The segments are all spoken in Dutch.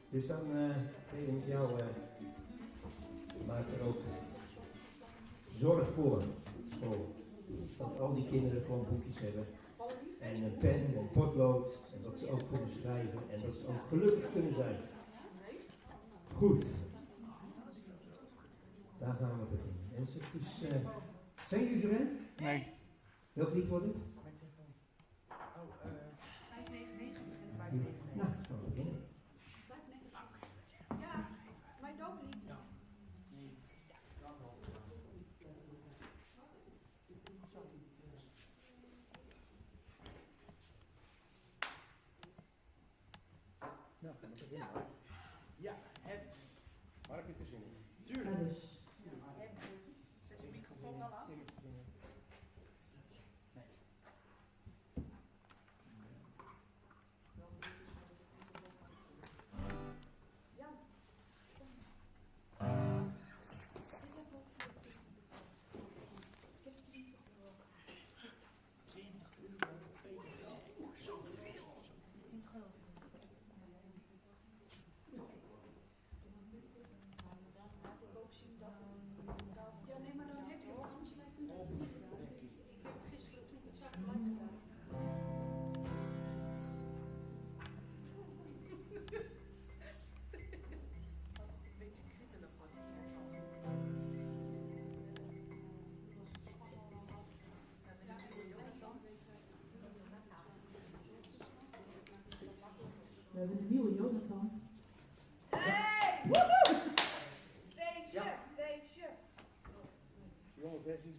Dus dan Vrede met jou maak er ook zorg voor school. Dat al die kinderen gewoon boekjes hebben. En een pen en een potlood. En dat ze ook kunnen schrijven. En dat ze ook gelukkig kunnen zijn. Goed. Daar gaan we beginnen. En dus, zijn jullie zover? Nee. Welk lied wordt het? 599 beginnen bij Nou, gaan we beginnen. Ja, mijn dooplied. Nou, gaan we beginnen. Ja, het. Waar heb je te zin in? Tuurlijk. Zet je microfoon dan af? Ja, nee, maar dan heb je ook anders lijkt me dat. Ik heb gisteren toen ik het zag gelijk gedaan. Een beetje kriebelig was het ervan. We hebben een nieuwe Jonathan. Hey! Woehoe! Feestje, feestje. Jonge versie.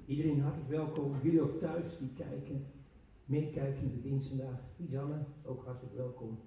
Iedereen hartelijk welkom. Jullie ook thuis die kijken, meekijken in de dienst vandaag. Lisanne, ook hartelijk welkom.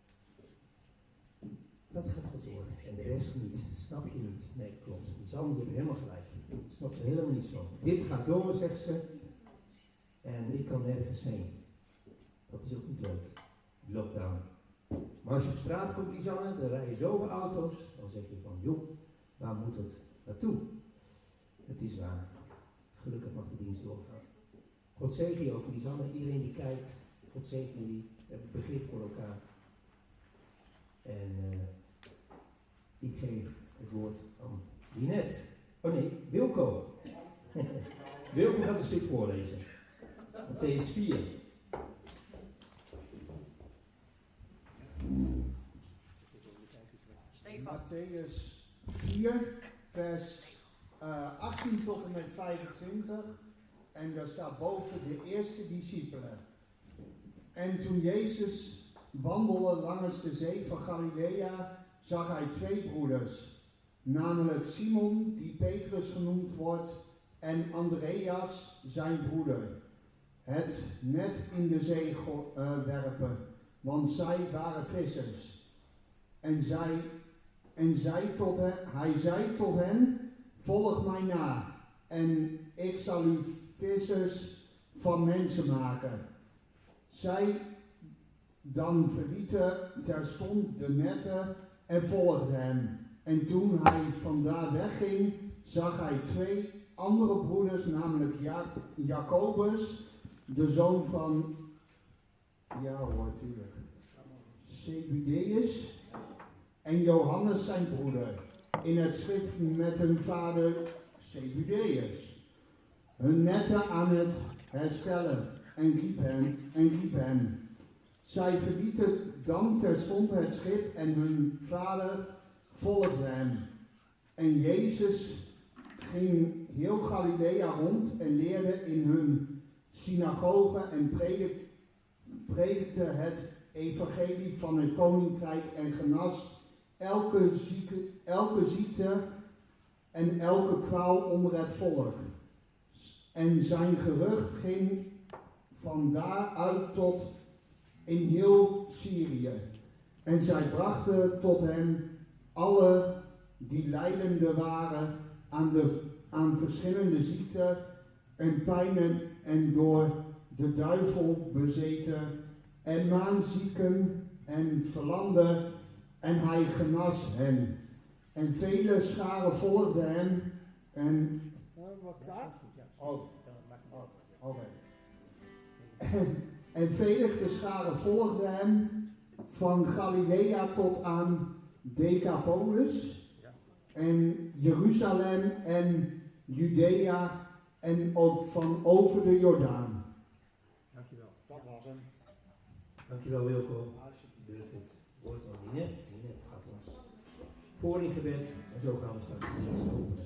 Dat gaat goed worden. En de rest niet. Snap je niet? Nee, klopt. Lisanne, je hebt helemaal gelijk. Snap ze helemaal niet zo. Dit gaat door, zegt ze. En ik kan nergens heen. Dat is ook niet leuk. Lockdown. Maar als je op straat komt, Lisanne, dan rij je zoveel auto's. Dan zeg je van, joh, waar moet het naartoe? Het is waar. Gelukkig mag de dienst doorgaan. God zegen je ook, Lisanne. Iedereen die kijkt. God zegen jullie. Heb begrip voor elkaar. En ik geef het woord aan Linet. Oh nee, Wilco. Wilco gaat een stuk voorlezen. Mattheüs 4. Stefan. Mattheüs 4, vers 18 tot en met 25. En daar staat boven de eerste discipelen. En toen Jezus wandelde langs de zee van Galilea, zag hij 2 broeders. Namelijk Simon, die Petrus genoemd wordt, en Andreas, zijn broeder. Het net in de zee werpen, want zij waren vissers. En hij zei tot hen, volg mij na, en ik zal u vissers van mensen maken. Zij dan verlieten terstond de netten en volgden hem. En toen hij vandaar wegging, zag hij 2 andere broeders, namelijk Jacobus, de zoon van, ja hoor, tuurlijk, Zebedeus, en Johannes zijn broeder, in het schip met hun vader Zebedeus, hun netten aan het herstellen en riep hen. Zij verlieten dan terstond het schip en hun vader volgde hem. En Jezus ging heel Galilea rond en leerde in hun synagogen en predikte het evangelie van het koninkrijk en genas elke ziekte en elke kwaal onder het volk. En zijn gerucht ging van daaruit tot in heel Syrië. En zij brachten tot hem alle die lijdende waren aan verschillende ziekten en pijnen en door de duivel bezeten en maanzieken en verlamden, en hij genas hen. En vele scharen volgden hem en... wat klaar? Oké. En vele scharen volgden hem van Galilea tot aan Decapolis en Jeruzalem en Judea en ook van over de Jordaan. Dankjewel. Dat was hem. Dankjewel Wilco. Dus het woord aan Linet. Linet gaat ons voor in gebed en zo gaan we straks de dienst openen.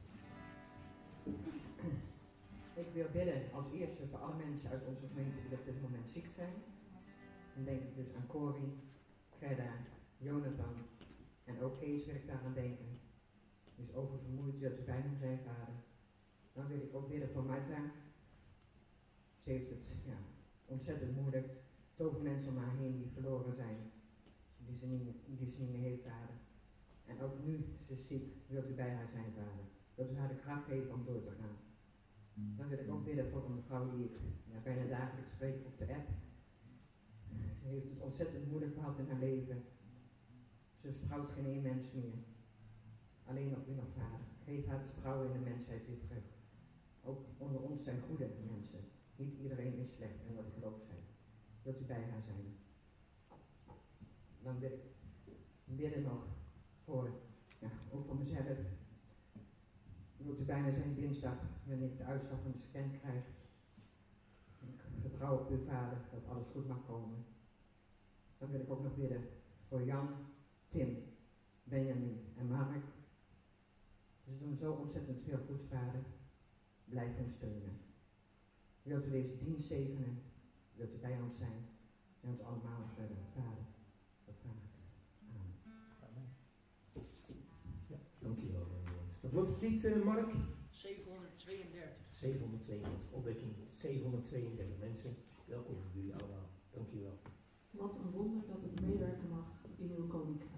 Ik wil bidden als eerste voor alle mensen uit onze gemeente die op dit moment ziek zijn. Dan denk ik dus aan Corrie, Gerda, Jonathan en ook Kees wil ik daaraan denken. Dus oververmoeid wil u bij hem zijn, vader. Dan wil ik ook bidden voor Marta. Ze heeft het ontzettend moeilijk. Zoveel mensen om haar heen die verloren zijn. Die ze niet meer heeft, vader. En ook nu ze is ziek, wilt u bij haar zijn, vader. Wilt u haar de kracht geven om door te gaan. Dan wil ik ook bidden voor een mevrouw die ik bijna dagelijks spreek op de app. Ze heeft het ontzettend moeilijk gehad in haar leven. Ze vertrouwt geen één mens meer. Alleen op u nog, vader. Geef haar het vertrouwen in de mensheid weer terug. Ook onder ons zijn goede mensen. Niet iedereen is slecht en dat gelooft zij. Wilt u bij haar zijn? Dan wil ik bidden nog voor, ook voor mezelf. Wilt u bij mij zijn dinsdag, wanneer ik de uitslag van de scan krijg. Ik vertrouw op uw vader dat alles goed mag komen. Dan wil ik ook nog bidden voor Jan, Tim, Benjamin en Mark. Ze doen zo ontzettend veel goeds, vader. Blijf hen steunen. Wilt u deze dienst zegenen? Wilt u bij ons zijn? En ons allemaal verder, vader. Dat vraag ik. Amen. Ja, dankjewel. Wat wordt het lied, Mark? 732. 732, opwekking 732 mensen. Welkom voor jullie allemaal. Dank jullie wel. Wat een wonder dat ik meewerken mag in uw koninkrijk.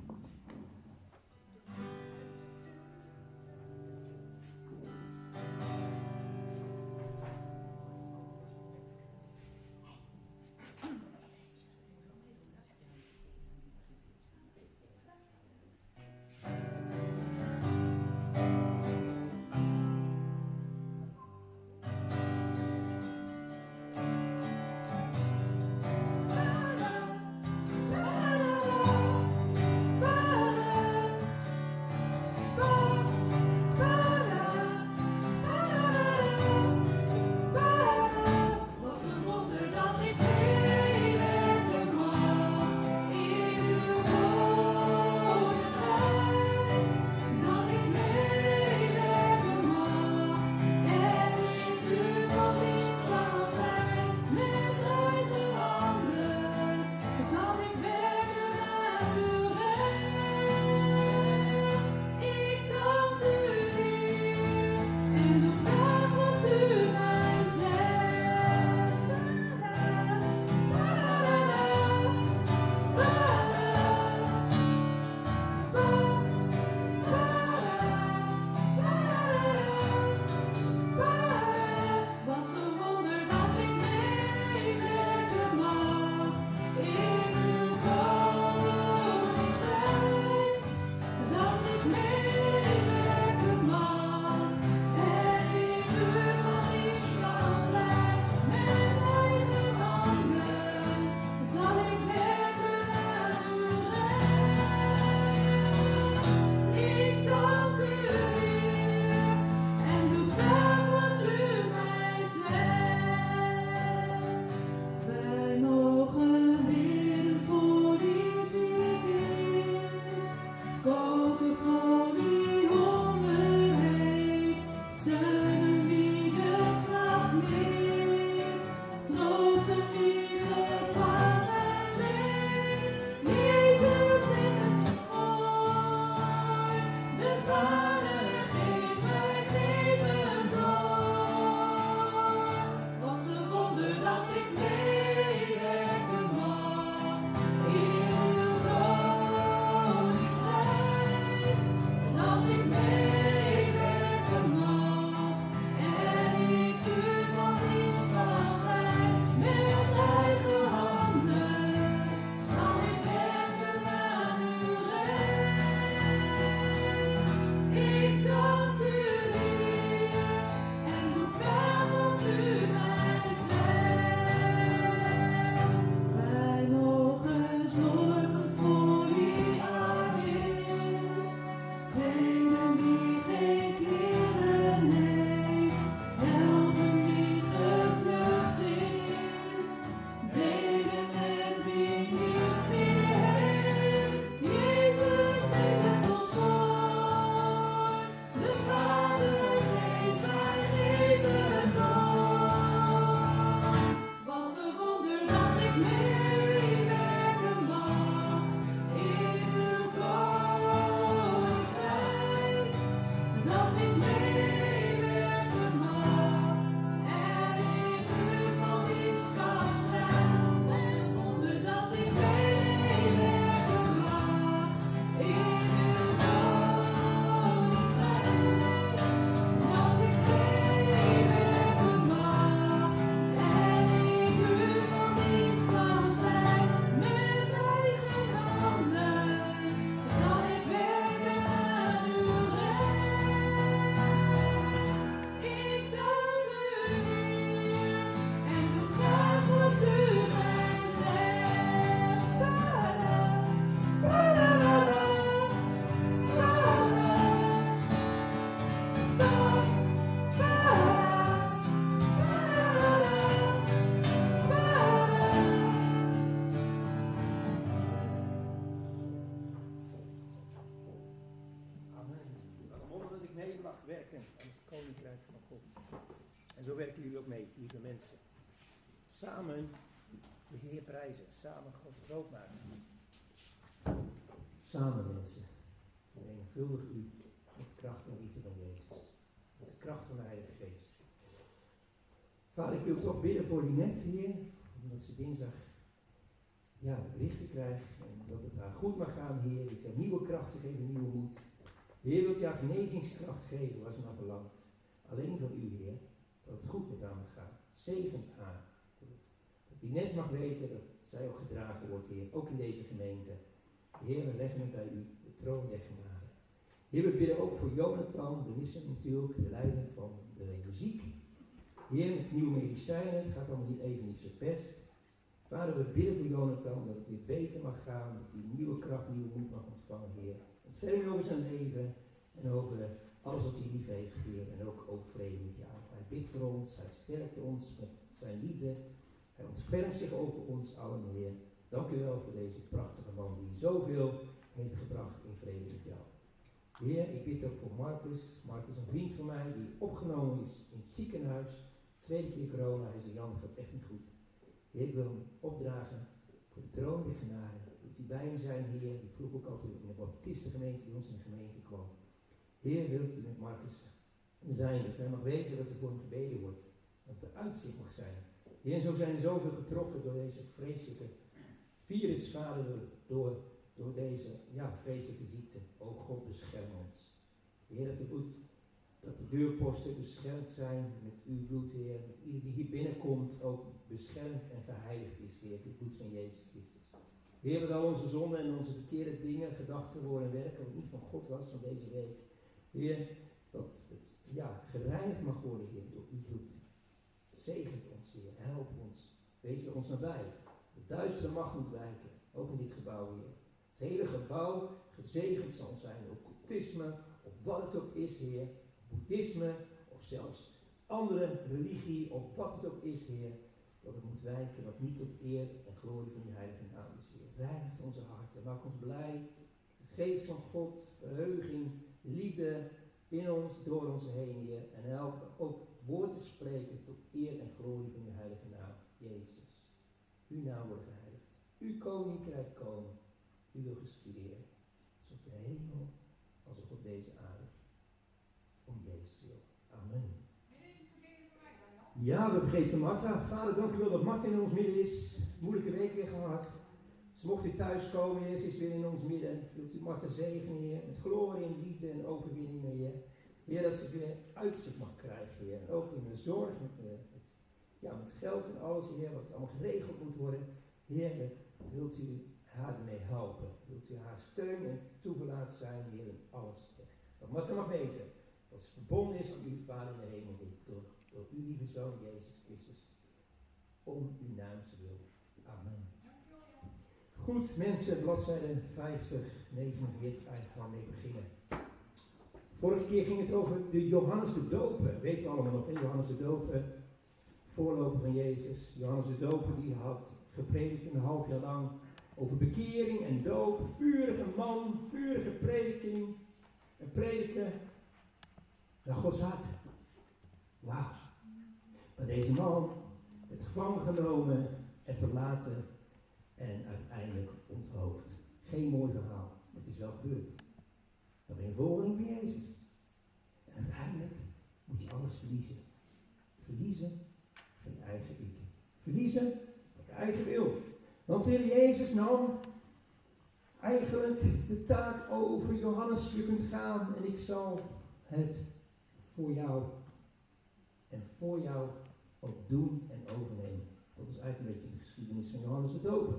En zo werken jullie ook mee, lieve mensen. Samen de Heer prijzen, samen God groot maken. Samen mensen, vermenigvuldig u met de kracht en liefde van Jezus. Met de kracht van de Heilige Geest. Vader, ik wil toch bidden voor Linette, Heer, omdat ze dinsdag berichten krijgt en dat het haar goed mag gaan, Heer. Wilt u haar nieuwe krachten geven, nieuwe moed. Heer, wilt u haar genezingskracht geven waar ze naar verlangt. Alleen van u, Heer, dat het goed met haar mag gaan. Zegent haar. Dat Linette mag weten dat zij ook gedragen wordt, Heer, ook in deze gemeente. Heer, we leggen het bij u, de troon der genade. Heer, we bidden ook voor Jonathan, we missen natuurlijk de leider van de muziek. Heer, met nieuwe medicijnen, het gaat allemaal niet zo best. Vader, we bidden voor Jonathan dat het weer beter mag gaan, dat hij nieuwe kracht, nieuwe moed mag ontvangen, Heer. Het veel meer over zijn leven en over alles wat hij lief heeft, Heer, en ook vrede met jou. Hij bidt voor ons, hij sterkt ons met zijn liefde, hij ontfermt zich over ons allen, Heer. Dank u wel voor deze prachtige man die zoveel heeft gebracht in vrede met jou. Heer, ik bid ook voor Marcus. Marcus, een vriend van mij die opgenomen is in het ziekenhuis. Tweede keer corona, hij zei, Jan, dat gaat echt niet goed. Heer, ik wil hem opdragen voor de troon der genade. Wilt u bij hem zijn, Heer? Die vroeg ook altijd in de baptistengemeente die ons in de gemeente kwam. Heer, wilt u met Marcus zijn, dat hij mag weten dat er voor hem gebeden wordt. Dat er uitzicht mag zijn. Heer, en zo zijn er zoveel getroffen door deze vreselijke virus, Vader, door deze vreselijke ziekte. O God, bescherm ons. Heer, dat de deurposten beschermd zijn met uw bloed, Heer. Dat ieder die hier binnenkomt ook beschermd en geheiligd is, Heer, het bloed van Jezus Christus. Heer, dat al onze zonden en onze verkeerde dingen, gedachten, woorden en werken, wat niet van God was van deze week. Heer, dat het gereinigd mag worden, Heer, door uw bloed. Zegent ons, Heer, help ons. Wees bij ons nabij. De duistere macht moet wijken, ook in dit gebouw, Heer. Het hele gebouw gezegend zal zijn, occultisme, of wat het ook is, Heer. Boeddhisme, of zelfs andere religie, of wat het ook is, Heer. Dat het moet wijken, dat niet tot eer en glorie van uw heilige naam is, Heer. Reinigt onze harten, maak ons blij. De geest van God, verheuging, liefde in ons, door ons heen, Heer. En help ook woord te spreken tot eer en glorie van uw heilige naam, Jezus. Uw naam wordt geheiligd. Uw koninkrijk komen. U wil geschieden, zo op de hemel als ook op deze aarde. Om Jezus wil. Amen. Ja, we vergeten Martha. Vader, dank u wel dat Martha in ons midden is. Moeilijke week weer gehad. Ze mocht weer thuis komen, Heer. Ze is weer in ons midden. Wilt u Martha zegenen, Heer. Met glorie en liefde en overwinning, Heer. Heer, dat ze weer uitzicht mag krijgen, Heer. En ook in de zorg, met geld en alles, Heer. Wat allemaal geregeld moet worden. Heer, wilt u haar ermee helpen. Wilt u haar steun en toeverlaat zijn, Heer, in alles. Dat Martha mag weten. Dat ze verbonden is aan uw Vader in de hemel. Door uw lieve Zoon, Jezus Christus. Om uw naamse wil. Amen. Goed, mensen, bladzijde 50, 49, eigenlijk gaan we mee beginnen. Vorige keer ging het over de Johannes de Doper. Weet je allemaal nog, hè? Johannes de Doper, voorloper van Jezus. Johannes de Doper die had gepredikt een half jaar lang over bekering en doop. Vurige man, vurige prediking. En prediken naar Gods hart. Wauw. Maar deze man werd gevangen genomen en verlaten en uiteindelijk onthoofd. Geen mooi verhaal, maar het is wel gebeurd. Dan ben je volgeling van Jezus. En uiteindelijk moet je alles verliezen. Verliezen van je eigen ik. Verliezen van je eigen wil. Want de Heer Jezus nam eigenlijk de taak over. Johannes, je kunt gaan en ik zal het voor jou en voor jou ook doen en overnemen. Dat is eigenlijk een beetje de geschiedenis van Johannes de Doper.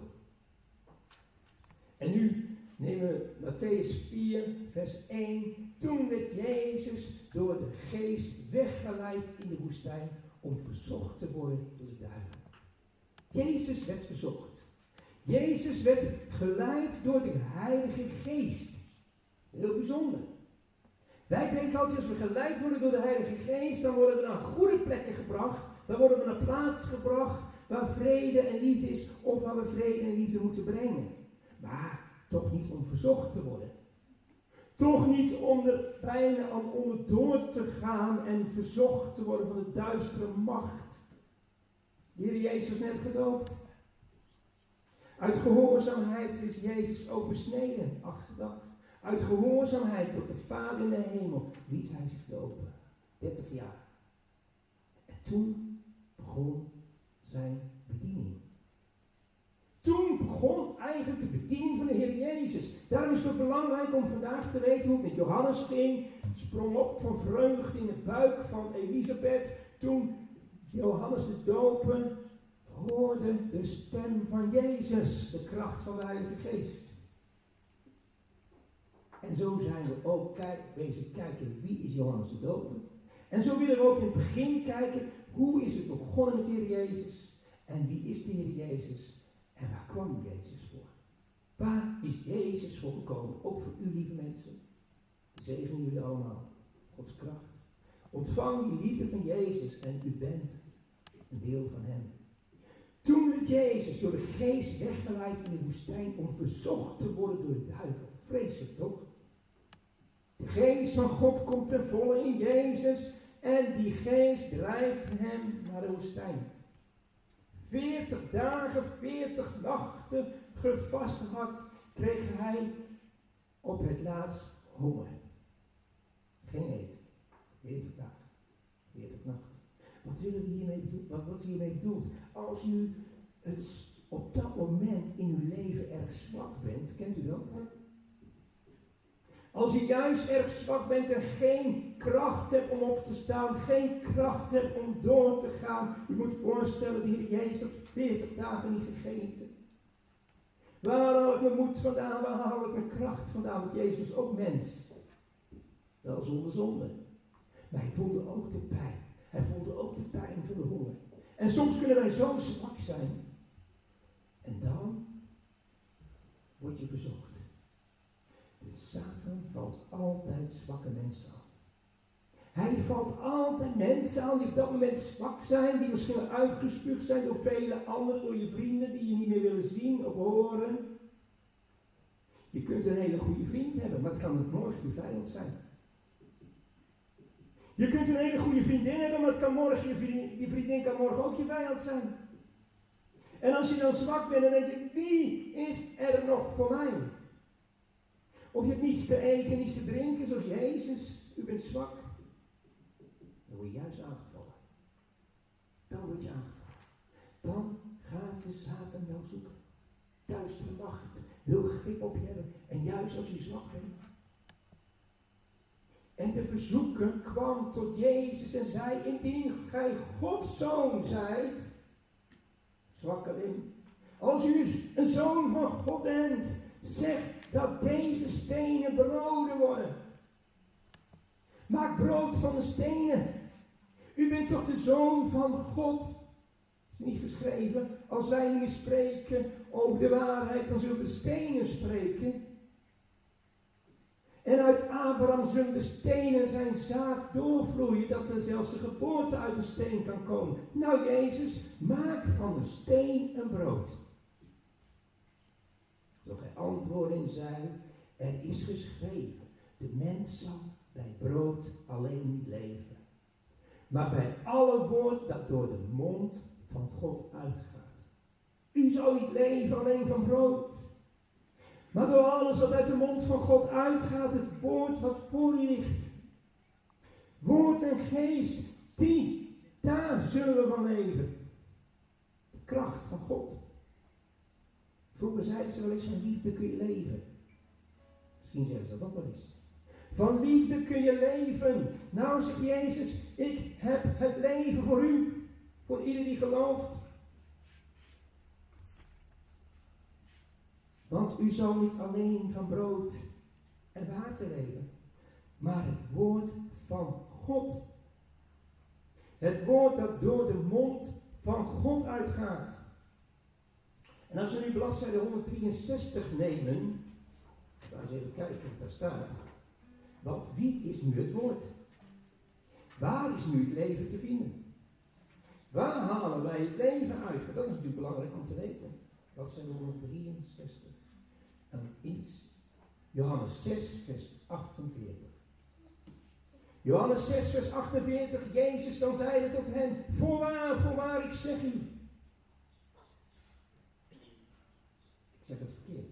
En nu nemen we Mattheüs 4, vers 1. Toen werd Jezus door de geest weggeleid in de woestijn om verzocht te worden door de duivel. Jezus werd verzocht. Jezus werd geleid door de Heilige Geest. Heel bijzonder. Wij denken altijd, als we geleid worden door de Heilige Geest, dan worden we naar goede plekken gebracht. Dan worden we naar plaats gebracht waar vrede en liefde is, of waar we vrede en liefde moeten brengen. Maar toch niet om verzocht te worden. Toch niet om er bijna aan onderdoor te gaan en verzocht te worden van de duistere macht. De Heer Jezus was net gedoopt. Uit gehoorzaamheid is Jezus ook besneden, 8e dag. Uit gehoorzaamheid tot de Vader in de hemel liet hij zich dopen. 30 jaar. En toen begon begon zijn bediening. Toen begon eigenlijk de bediening van de Heer Jezus. Daarom is het ook belangrijk om vandaag te weten hoe het met Johannes ging. Sprong op van vreugde in de buik van Elisabeth. Toen Johannes de Doper hoorde de stem van Jezus, de kracht van de Heilige Geest. En zo zijn we ook bezig kijken, wie is Johannes de Doper? En zo willen we ook in het begin kijken, hoe is het begonnen met de Heer Jezus? En wie is de Heer Jezus? En waar kwam Jezus voor? Waar is Jezus voor gekomen? Ook voor u, lieve mensen. Zegen jullie allemaal. Gods kracht. Ontvang die liefde van Jezus en u bent een deel van hem. Toen werd Jezus door de geest weggeleid in de woestijn om verzocht te worden door de duivel. Vreselijk toch? De geest van God komt ten volle in Jezus en die geest drijft hem naar de woestijn. 40 dagen, 40 nachten gevast had, kreeg hij op het laatst honger. Geen eten. 40 dagen, 40 nachten. Wat wordt hiermee bedoeld? Als u op dat moment in uw leven erg zwak bent, kent u dat? Als u juist erg zwak bent en geen kracht hebt om op te staan, geen kracht hebt om door te gaan. U moet voorstellen, de Heer Jezus heeft 40 dagen niet gegeten. Waar haal ik mijn moed vandaan? Waar haal ik mijn kracht vandaan? Want Jezus is ook mens. Wel zonder zonde. Maar hij voelde ook de pijn. Hij voelde ook de pijn van de honger. En soms kunnen wij zo zwak zijn. En dan word je verzocht. De Satan valt altijd zwakke mensen aan. Hij valt altijd mensen aan die op dat moment zwak zijn, die misschien wel uitgespuugd zijn door vele anderen, door je vrienden die je niet meer willen zien of horen. Je kunt een hele goede vriend hebben, maar het kan morgen je vijand zijn. Je kunt een hele goede vriendin hebben, maar het kan morgen die vriendin kan morgen ook je vijand zijn. En als je dan zwak bent, dan denk je, wie is er nog voor mij? Of je hebt niets te eten, niets te drinken, zoals Jezus. U bent zwak. Dan word je juist aangevallen. Dan word je aangevallen. Dan gaat de Satan jou zoeken. Duistere macht wil grip op je hebben. En juist als je zwak bent. En de verzoeker kwam tot Jezus en zei, indien gij Gods zoon zijt, zwakkeling, als u een zoon van God bent, zeg dat deze stenen broden worden. Maak brood van de stenen. U bent toch de zoon van God? Het is niet geschreven, als wij niet meer spreken over de waarheid, dan zullen de stenen spreken. En uit Abraham zullen de stenen zijn zaad doorvloeien, dat er zelfs de geboorte uit de steen kan komen. Nou Jezus, maak van de steen een brood. Doch hij antwoordde en zei, er is geschreven, de mens zal bij brood alleen niet leven, maar bij alle woord dat door de mond van God uitgaat. U zal niet leven alleen van brood, maar door alles wat uit de mond van God uitgaat, het woord wat voor u ligt. Woord en geest, daar zullen we van leven. De kracht van God. Vroeger zeiden ze wel eens, van liefde kun je leven. Misschien zeggen ze dat ook wel eens. Van liefde kun je leven. Nou zegt Jezus, ik heb het leven voor u. Voor ieder die gelooft. Want u zal niet alleen van brood en water leven, maar het woord van God. Het woord dat door de mond van God uitgaat. En als we nu bladzijde 163 nemen, laten we eens even kijken wat daar staat. Want wie is nu het woord? Waar is nu het leven te vinden? Waar halen wij het leven uit? Dat is natuurlijk belangrijk om te weten. Bladzijde 163. En het is Johannes 6, vers 48. Johannes 6, vers 48. Jezus dan zeide tot hen, voorwaar, ik zeg u. Ik zeg het verkeerd.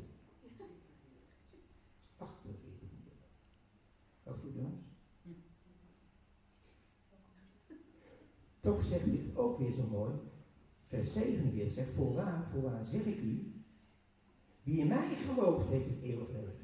48. Wat goed jongens? Toch zegt dit ook ook weer zo mooi. Vers 47 zegt, voorwaar zeg ik u, wie in mij gelooft heeft het eeuwig leven.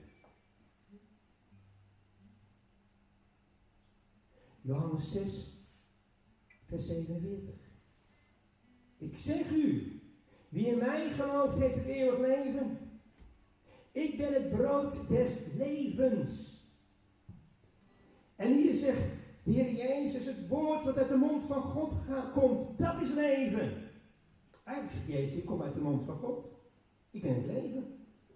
Johannes 6, vers 47. Ik zeg u, wie in mij gelooft heeft het eeuwig leven. Ik ben het brood des levens. En hier zegt de Heer Jezus, het woord wat uit de mond van God komt, dat is leven. Eigenlijk zegt Jezus, ik kom uit de mond van God. Ik ben het leven.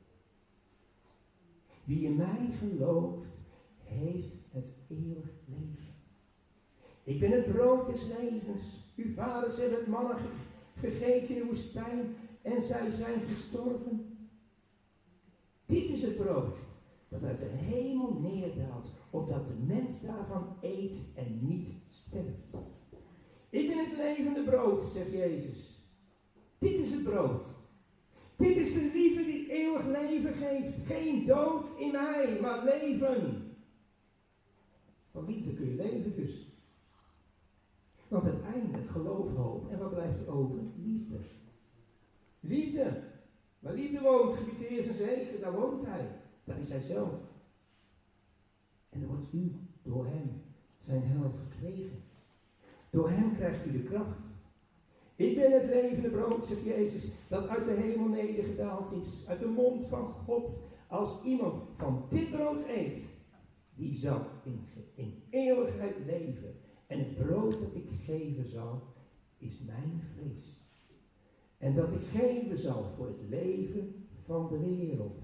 Wie in mij gelooft, heeft het eeuwig leven. Ik ben het brood des levens. Uw vaders hebben het mannen gegeten in de woestijn en zij zijn gestorven. Dit is het brood dat uit de hemel neerdaalt, opdat de mens daarvan eet en niet sterft. Ik ben het levende brood, zegt Jezus. Dit is het brood. Dit is de liefde die eeuwig leven geeft. Geen dood in mij, maar leven. Van liefde kun je leven dus. Want uiteindelijk geloof, hoop. En wat blijft er over? Liefde. Liefde. Waar liefde woont, gebied de Heer zijn zegen. Daar woont hij. Daar is hij zelf. En dan wordt u door hem zijn heil verkregen. Door hem krijgt u de kracht. Ik ben het levende brood, zegt Jezus, dat uit de hemel nedergedaald is. Uit de mond van God. Als iemand van dit brood eet, die zal in eeuwigheid leven. En het brood dat ik geven zal, is mijn vlees. En dat ik geven zal voor het leven van de wereld.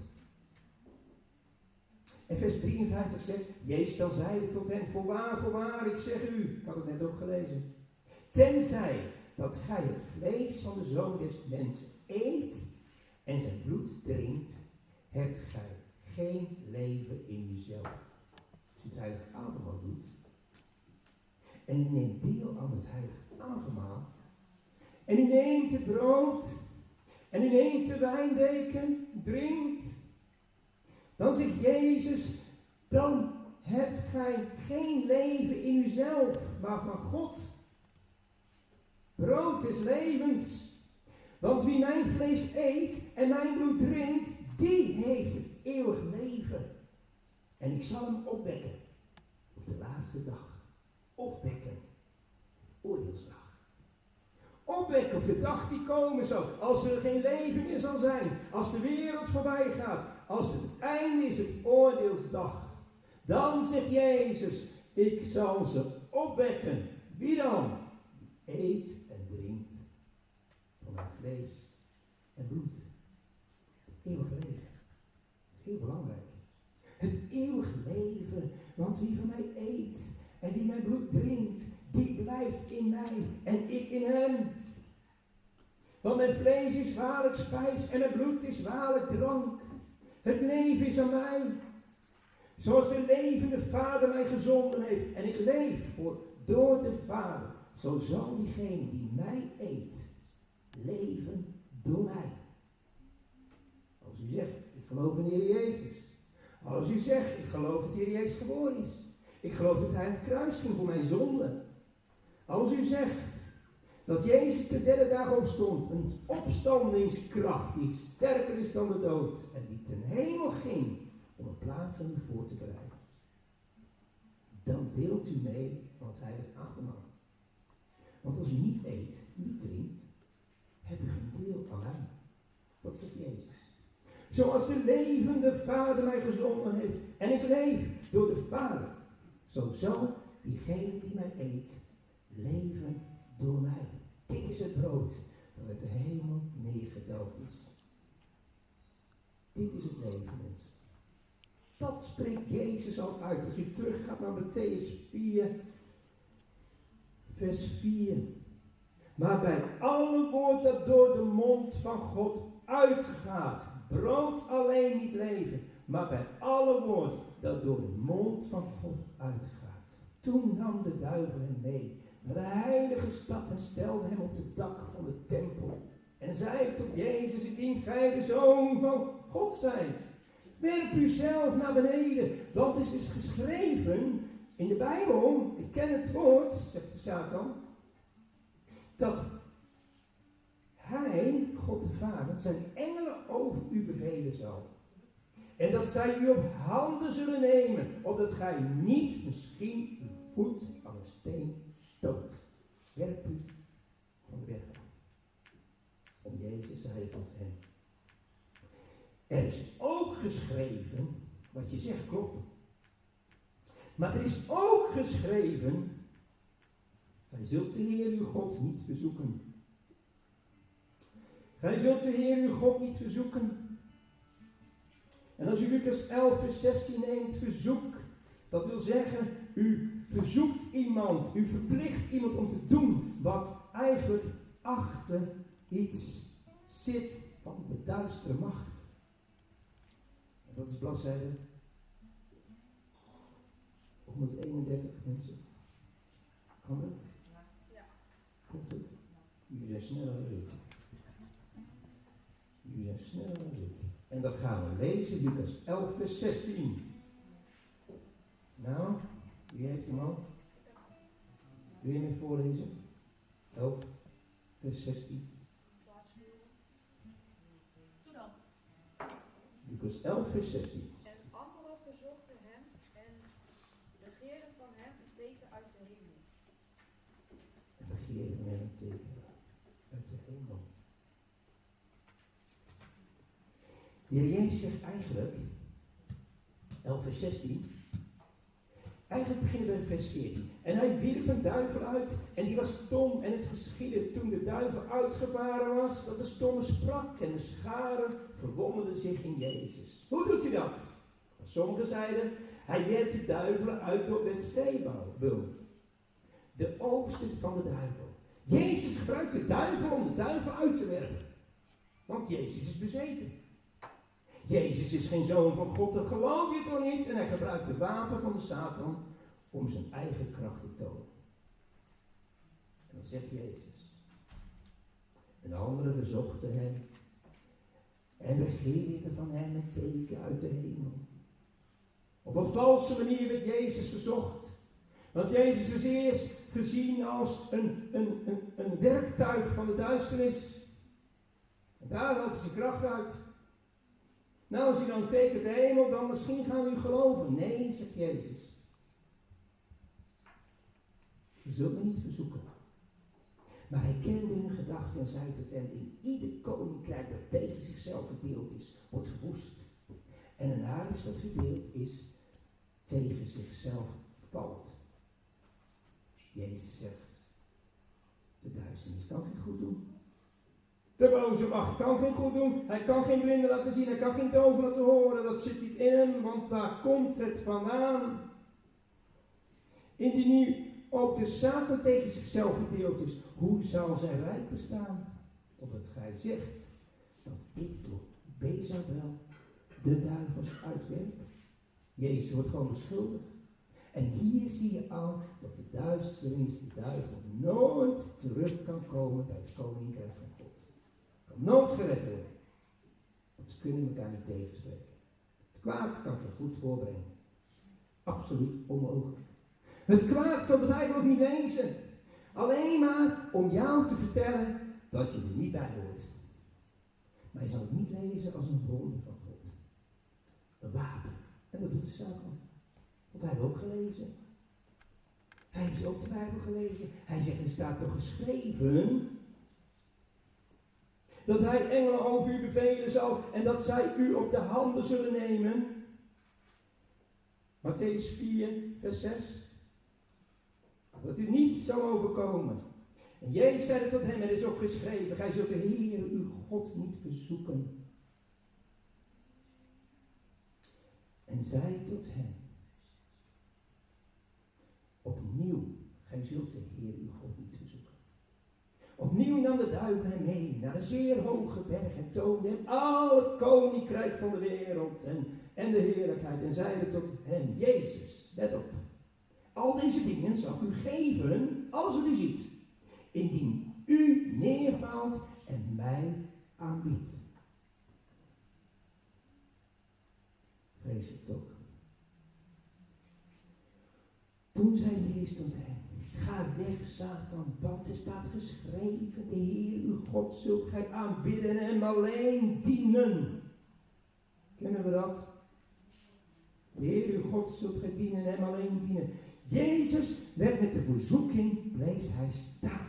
En vers 53 zegt, Jezus dan zeide tot hen, voorwaar, ik zeg u, ik had het net ook gelezen. Tenzij dat gij het vlees van de Zoon des Mensen eet en zijn bloed drinkt, hebt gij geen leven in uzelf. Als u het heilige avondmaal doet, en u neemt deel aan het heilige avondmaal, en u neemt het brood, en u neemt de wijnbeker, drinkt, dan zegt Jezus, dan hebt gij geen leven in uzelf, maar van God. Brood des levens. Want wie mijn vlees eet en mijn bloed drinkt, die heeft het eeuwig leven. En ik zal hem opwekken op de laatste dag. Opwekken. Oordeelsdag. Opwekken op de dag die komen zal. Als er geen leven meer zal zijn. Als de wereld voorbij gaat. Als het einde is, het oordeelsdag. Dan zegt Jezus, ik zal ze opwekken. Wie dan? Eet en drinkt van mijn vlees en bloed. Het eeuwige leven. Dat is heel belangrijk. Het eeuwige leven. Want wie van mij eet en wie mijn bloed drinkt, die blijft in mij en ik in hem. Want mijn vlees is waarlijk spijs en mijn bloed is waarlijk drank. Het leven is aan mij. Zoals de levende Vader mij gezonden heeft. En ik leef door de Vader. Zo zal diegene die mij eet, leven door mij. Als u zegt, ik geloof in de Heer Jezus. Als u zegt, ik geloof dat de Heer Jezus geboren is. Ik geloof dat hij aan het kruis ging voor mijn zonde. Als u zegt dat Jezus de derde dag opstond, een opstandingskracht die sterker is dan de dood en die ten hemel ging om een plaats aan u voor te bereiden, dan deelt u mee aan het heilige avondmaal. Want als u niet eet, niet drinkt, hebt u geen deel aan mij. Dat zegt Jezus. Zoals de levende Vader mij gezonden heeft en ik leef door de Vader, zo zal diegene die mij eet, leven door mij. Dit is het brood dat uit de hemel neergedaald is. Dit is het leven, mensen. Dat spreekt Jezus al uit. Als u teruggaat naar Mattheüs 4, vers 4. Maar bij alle woord dat door de mond van God uitgaat, brood alleen niet leven, maar bij alle woord dat door de mond van God uitgaat. Toen nam de duivel hem mee naar de heilige stad en stelde hem op het dak van de tempel. En zei tot Jezus, indien gij de Zoon van God zijt, werp uzelf naar beneden, want het is geschreven in de Bijbel, ik ken het woord, zegt de Satan, dat hij, God de Vader, zijn engelen over u bevelen zal. En dat zij u op handen zullen nemen, opdat gij niet misschien uw voet aan een steen stoot. Werp u van de berg af. En Jezus zei tot hen: er is ook geschreven, wat je zegt klopt. Maar er is ook geschreven, gij zult de Heer uw God niet verzoeken. Gij zult de Heer uw God niet verzoeken. En als u Lucas 11 vers 16 neemt, verzoek, dat wil zeggen, u verzoekt iemand, u verplicht iemand om te doen wat eigenlijk achter iets zit van de duistere macht. En dat is bladzijde 131 mensen. Kan het? Ja. Komt het? Jullie zijn sneller dan ik. Jullie zijn sneller dan ik. En dat gaan we lezen, Lucas 11 vers 16. Nou, wie heeft hem al? Wil je me voorlezen? 11 vers 16. Doe dan. Lucas 11 vers 16. En anderen verzochten hem en begeerden van hem een teken uit de hemel. En begeerden van hem een teken uit de hemel. De Heer Jezus zegt eigenlijk, 11 vers 16, eigenlijk beginnen we bij vers 14. En hij wierp een duivel uit en die was stom. En het geschiedde toen de duivel uitgevaren was, dat de stomme sprak en de scharen verwonderden zich in Jezus. Hoe doet hij dat? Sommigen zeiden, hij werpt de duivelen uit door Beelzebul, de overste van de duivel. Jezus gebruikt de duivel om de duivel uit te werpen. Want Jezus is bezeten. Jezus is geen zoon van God, dat geloof je toch niet? En hij gebruikt de wapen van de Satan om zijn eigen kracht te tonen. En dan zegt Jezus. En de anderen verzochten hem en begeerden van hem een teken uit de hemel. Op een valse manier werd Jezus verzocht. Want Jezus is eerst gezien als een werktuig van de duisternis. En daar haalt hij zijn kracht uit. Nou, als hij dan tekent de hemel, dan misschien gaan we u geloven. Nee, zegt Jezus. Je zult me niet verzoeken. Maar hij kende hun gedachten en zei tot hen, in ieder koninkrijk dat tegen zichzelf verdeeld is, wordt verwoest. En een huis dat verdeeld is, tegen zichzelf valt. Jezus zegt, de duisternis kan geen goed doen. De boze macht kan geen goed doen. Hij kan geen blinden laten zien. Hij kan geen doven laten horen. Dat zit niet in hem, want daar komt het vandaan. Indien nu ook de Satan tegen zichzelf verdeeld is, hoe zal zijn rijk bestaan? Omdat gij zegt dat ik door Beelzebul de duivels uitwerp. Jezus wordt gewoon beschuldigd. En hier zie je al dat de duisternis, de duivel, nooit terug kan komen bij het koninkrijk van God. Kan nooit gered worden. Want ze kunnen elkaar niet tegenspreken. Het kwaad kan geen goed voorbrengen. Absoluut onmogelijk. Het kwaad zal de Bijbel ook niet lezen. Alleen maar om jou te vertellen dat je er niet bij hoort. Maar je zal het niet lezen als een wonder van God. Een wapen. En dat doet de Satan. Want hij heeft ook gelezen. Hij heeft ook de Bijbel gelezen. Hij zegt, er staat toch geschreven dat hij engelen over u bevelen zal en dat zij u op de handen zullen nemen. Mattheüs 4, vers 6. Dat u niets zal overkomen. En Jezus zei tot hem, er is ook geschreven, gij zult de Heer uw God niet verzoeken. En zei tot hem, opnieuw, gij zult de Heer uw God niet verzoeken. Opnieuw nam de duivel hem mee naar een zeer hoge berg en toonde hem al het koninkrijk van de wereld en de heerlijkheid. En zeide tot hem, Jezus, let op, al deze dingen zal ik u geven, alles wat u ziet, indien u neervalt en mij aanbiedt. Vreselijk toch? Toen zei Jezus tot hem, Ga weg, Satan, want er staat geschreven, de Heer uw God zult gij aanbidden en hem alleen dienen. Kennen we dat? De Heer uw God zult gij dienen en hem alleen dienen. Jezus werd met de verzoeking, bleef hij staan.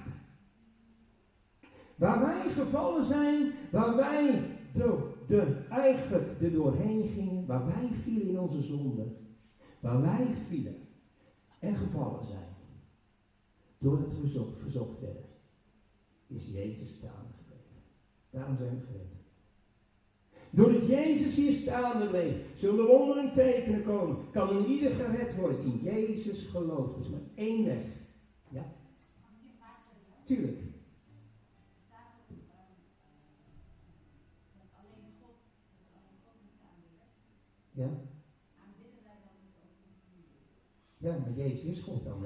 Waar wij gevallen zijn, waar wij eigenlijk er doorheen gingen, waar wij vielen in onze zonde, waar wij vielen en gevallen zijn, doordat we verzocht werden, is Jezus staande gebleven. Daarom zijn we gered. Doordat Jezus hier staande bleef, zullen wonderen en tekenen komen. Kan in ieder gered worden. In Jezus gelooft. Er is maar één weg. Ja? Tuurlijk. Ja? Ja, maar Jezus is God dan, hè?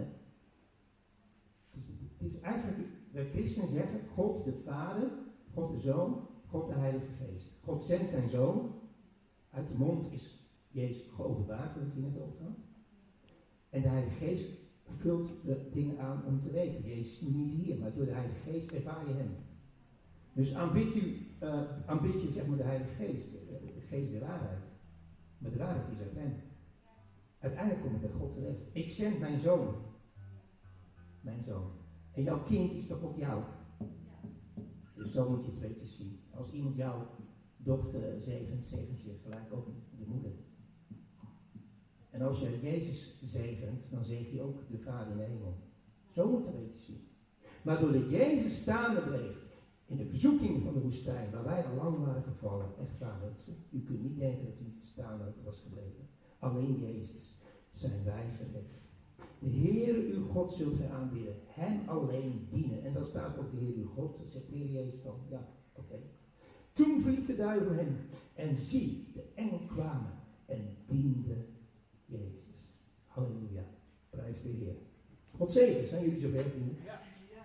Het is eigenlijk, de christenen zeggen, God de Vader, God de Zoon, God de Heilige Geest. God zendt zijn Zoon, uit de mond is Jezus geopenbaard, dat we het net over gehad. En de Heilige Geest vult de dingen aan om te weten. Jezus is nu niet hier, maar door de Heilige Geest ervaar je hem. Dus aanbid je zeg maar de Heilige Geest, de Geest der waarheid. Maar de waarheid is uit hem. Uiteindelijk kom ik bij God terecht. Ik zend mijn zoon. Mijn zoon. En jouw kind is toch ook jou? Dus zo moet je het beetje zien. Als iemand jouw dochter zegent, zegent je gelijk ook de moeder. En als je Jezus zegent, dan zegen je ook de Vader in de hemel. Zo moet je het een beetje zien. Maar doordat Jezus staande bleef in de verzoeking van de woestijn, waar wij al lang waren gevallen, echt waar mensen, u kunt niet denken dat u staande was gebleven. Alleen Jezus zijn wij gered. De Heer uw God zult gij aanbidden, hem alleen dienen. En dan staat ook de Heer uw God, dat zegt de Heer Jezus dan. Ja, oké. Toen verliet de duivel hem en zie, de engel kwamen en dienden Jezus. Halleluja, prijs de Heer. God zegen, zijn jullie zover vrienden? Ja.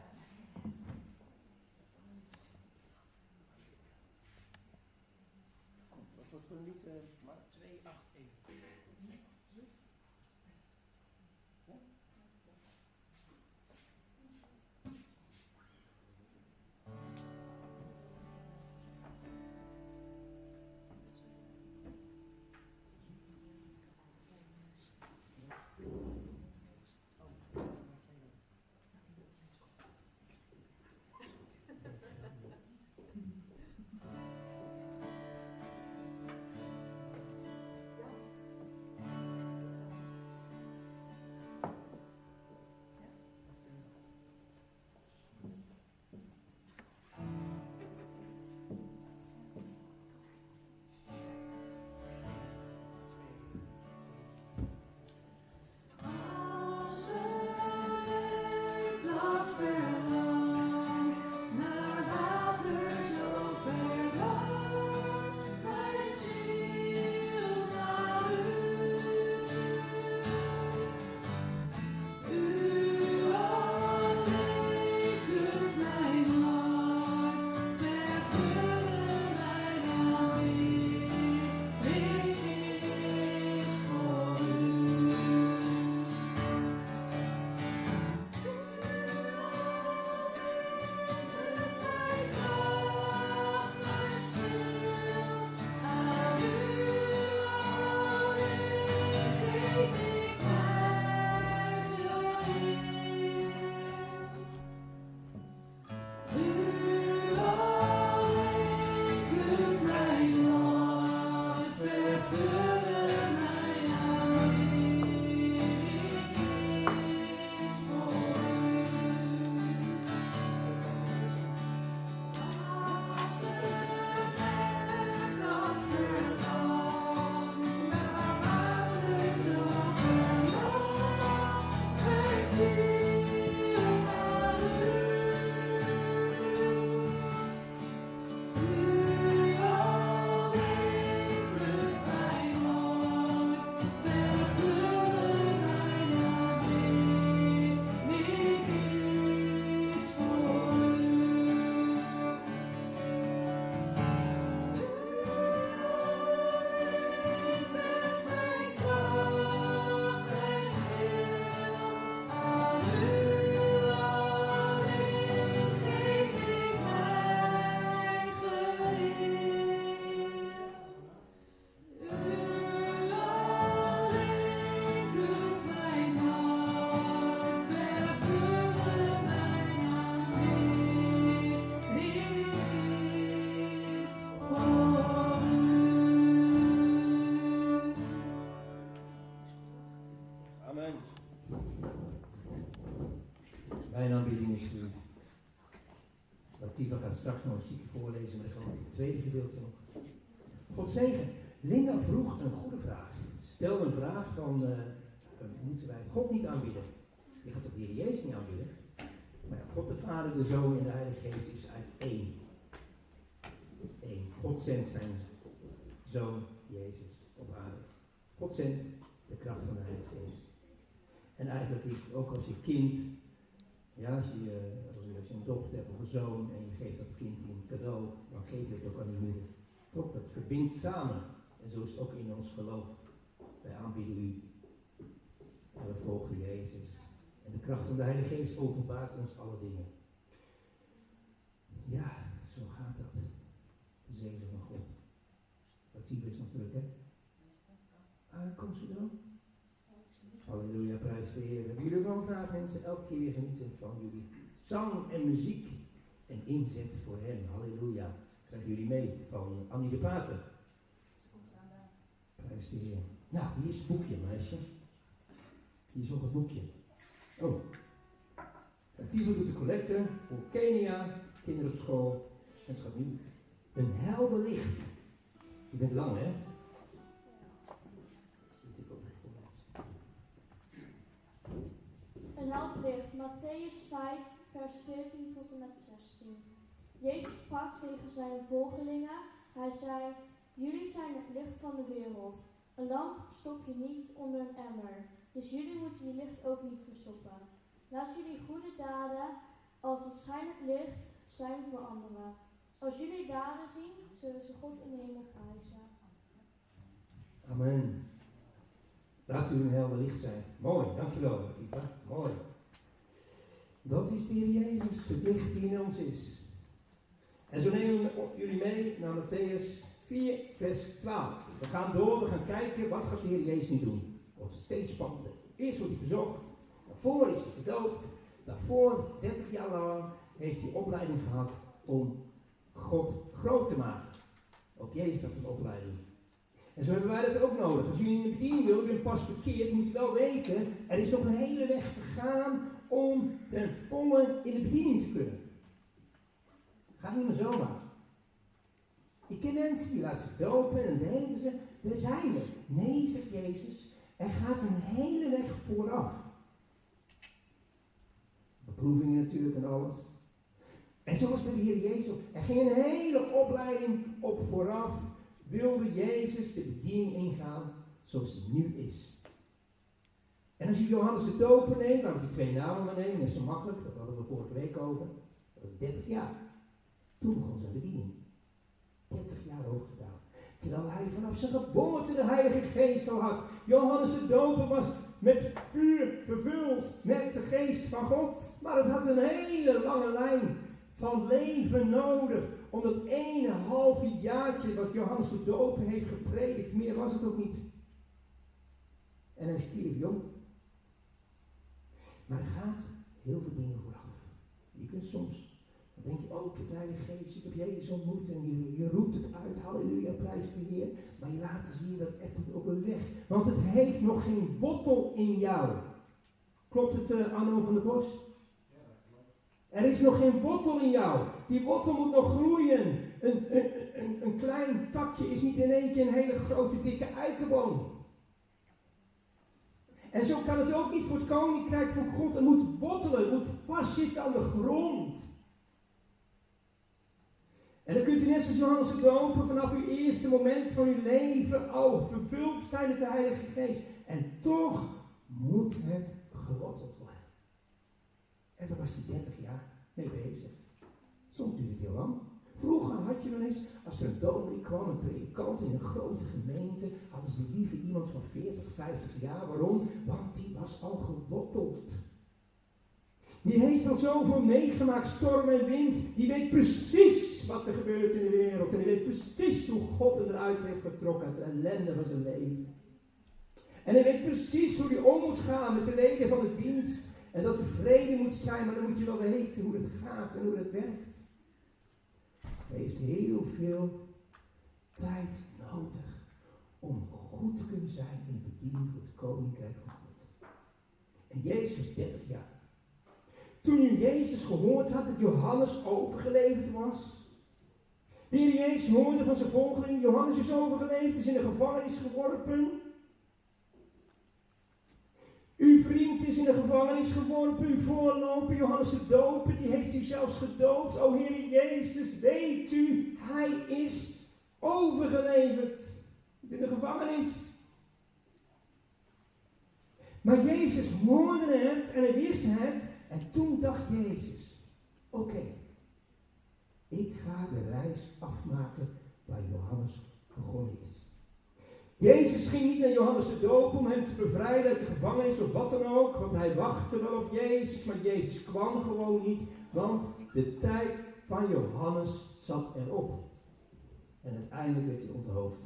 Wat was voor een lied? Maar 281. Mijn aanbidding is voor u. Latifa gaat straks nog een stukje voorlezen, maar ik ga het tweede gedeelte nog. God zegen. Linda vroeg een goede vraag. Ze stelde een vraag van, moeten wij God niet aanbidden? Je gaat toch de Heer Jezus niet aanbidden? Maar ja, God de Vader, de Zoon en de Heilige Geest is eigenlijk één. Eén. God zendt zijn Zoon, Jezus, op aarde. God zendt de kracht van de Heilige Geest. En eigenlijk is het ook als je kind, ja, als je een dochter hebt of een zoon en je geeft dat kind een cadeau, dan geef je het ook aan je moeder. Toch, dat verbindt samen. En zo is het ook in ons geloof. Wij aanbieden u. En we volgen Jezus. En de kracht van de Heilige Geest openbaart ons alle dingen. Ja, zo gaat dat. De zegen van God. Wat die is natuurlijk, hè? Komt ze dan? Halleluja, prijs de Heer. Hebben jullie ook al vragen, mensen? Elke keer weer genieten van jullie zang en muziek. En inzet voor hen. Halleluja. Krijgen jullie mee van Annie de Pater. Prijs de Heer. Nou, hier is het boekje, meisje. Hier is nog het boekje. Oh. Tivo doet de collecte voor Kenia, kinderen op school. En het gaat nu een helder licht. Je bent lang, hè? Een helder licht, Mattheüs 5, vers 14 tot en met 16. Jezus sprak tegen zijn volgelingen. Hij zei, jullie zijn het licht van de wereld. Een lamp verstop je niet onder een emmer. Dus jullie moeten je licht ook niet verstoppen. Laat jullie goede daden als een schijnend licht zijn voor anderen. Als jullie daden zien, zullen ze God in de hemel prijzen. Amen. Laat u een helder licht zijn. Mooi, dankjewel, Latifa. Mooi. Dat is de Heer Jezus, het licht die in ons is. En zo nemen we jullie mee naar Mattheüs 4, vers 12. We gaan door, we gaan kijken, wat gaat de Heer Jezus nu doen? Het wordt steeds spannender. Eerst wordt hij bezocht, daarvoor is hij gedoopt, daarvoor, 30 jaar lang, heeft hij opleiding gehad om God groot te maken. Ook Jezus had een opleiding. En zo hebben wij dat ook nodig. Als jullie in de bediening wil, u pas verkeerd, moet u wel weten, er is nog een hele weg te gaan om ten volle in de bediening te kunnen. Gaat niet meer zomaar. Ik ken mensen die laten zich dopen en dan denken ze, we zijn er. Nee, zegt Jezus, er gaat een hele weg vooraf. Beproevingen natuurlijk en alles. En zoals bij de Heer Jezus, er ging een hele opleiding op vooraf. Wilde Jezus de bediening ingaan zoals die nu is. En als je Johannes de Doper neemt, laat ik die twee namen maar nemen, dat is zo makkelijk, dat hadden we vorige week over. Dat was 30 jaar. Toen begon zijn bediening. 30 jaar overgedaan. Terwijl hij vanaf zijn geboorte de Heilige Geest al had. Johannes de Doper was met vuur vervuld met de Geest van God. Maar het had een hele lange lijn van leven nodig. Om dat 1,5 jaartje wat Johannes de Doper heeft gepredikt, meer was het ook niet. En hij stierf jong. Maar er gaat heel veel dingen vooraf. Je kunt soms, dan denk je, oh, ik heb de Heilige Geest, ik heb Jezus ontmoet en je roept het uit, halleluja, prijs de Heer. Maar je later zie je dat echt het op een weg. Want het heeft nog geen wortel in jou. Klopt het, Arno van der Bos? Er is nog geen wortel in jou. Die wortel moet nog groeien. Een klein takje is niet in één keer een hele grote, dikke eikenboom. En zo kan het ook niet voor het koninkrijk van God. Het moet wortelen, het moet vastzitten aan de grond. En dan kunt u net zoals Johannes de Doper vanaf uw eerste moment van uw leven al vervuld zijn met de Heilige Geest. En toch moet het geworteld worden. En daar was hij 30 jaar mee bezig. Soms duurde het heel lang. Vroeger had je wel eens, als er een dominee kwam, een predikant in een grote gemeente, hadden ze liever iemand van 40, 50 jaar. Waarom? Want die was al geworteld. Die heeft al zoveel meegemaakt, storm en wind. Die weet precies wat er gebeurt in de wereld. En die weet precies hoe God hem eruit heeft getrokken uit de ellende van zijn leven. En hij weet precies hoe hij om moet gaan met de leden van de dienst. En dat er vrede moet zijn, maar dan moet je wel weten hoe het gaat en hoe het werkt. Het heeft heel veel tijd nodig om goed te kunnen zijn in de bediening voor het koninkrijk van God. En Jezus is 30 jaar. toen u Jezus gehoord had dat Johannes overgeleverd was? De Heer Jezus hoorde van zijn volgeling, Johannes is overgeleverd, is in de gevangenis geworpen. Uw vriend is in de gevangenis geworpen, uw voorloper Johannes de Doper, die heeft u zelfs gedoopt. O Heer Jezus, weet u, hij is overgeleverd in de gevangenis. Maar Jezus hoorde het en hij wist het en toen dacht Jezus, oké, ik ga de reis afmaken waar Johannes begonnen is. Jezus ging niet naar Johannes de Doper om hem te bevrijden uit de gevangenis of wat dan ook, want hij wachtte wel op Jezus, maar Jezus kwam gewoon niet, want de tijd van Johannes zat erop. En uiteindelijk werd hij onthoofd.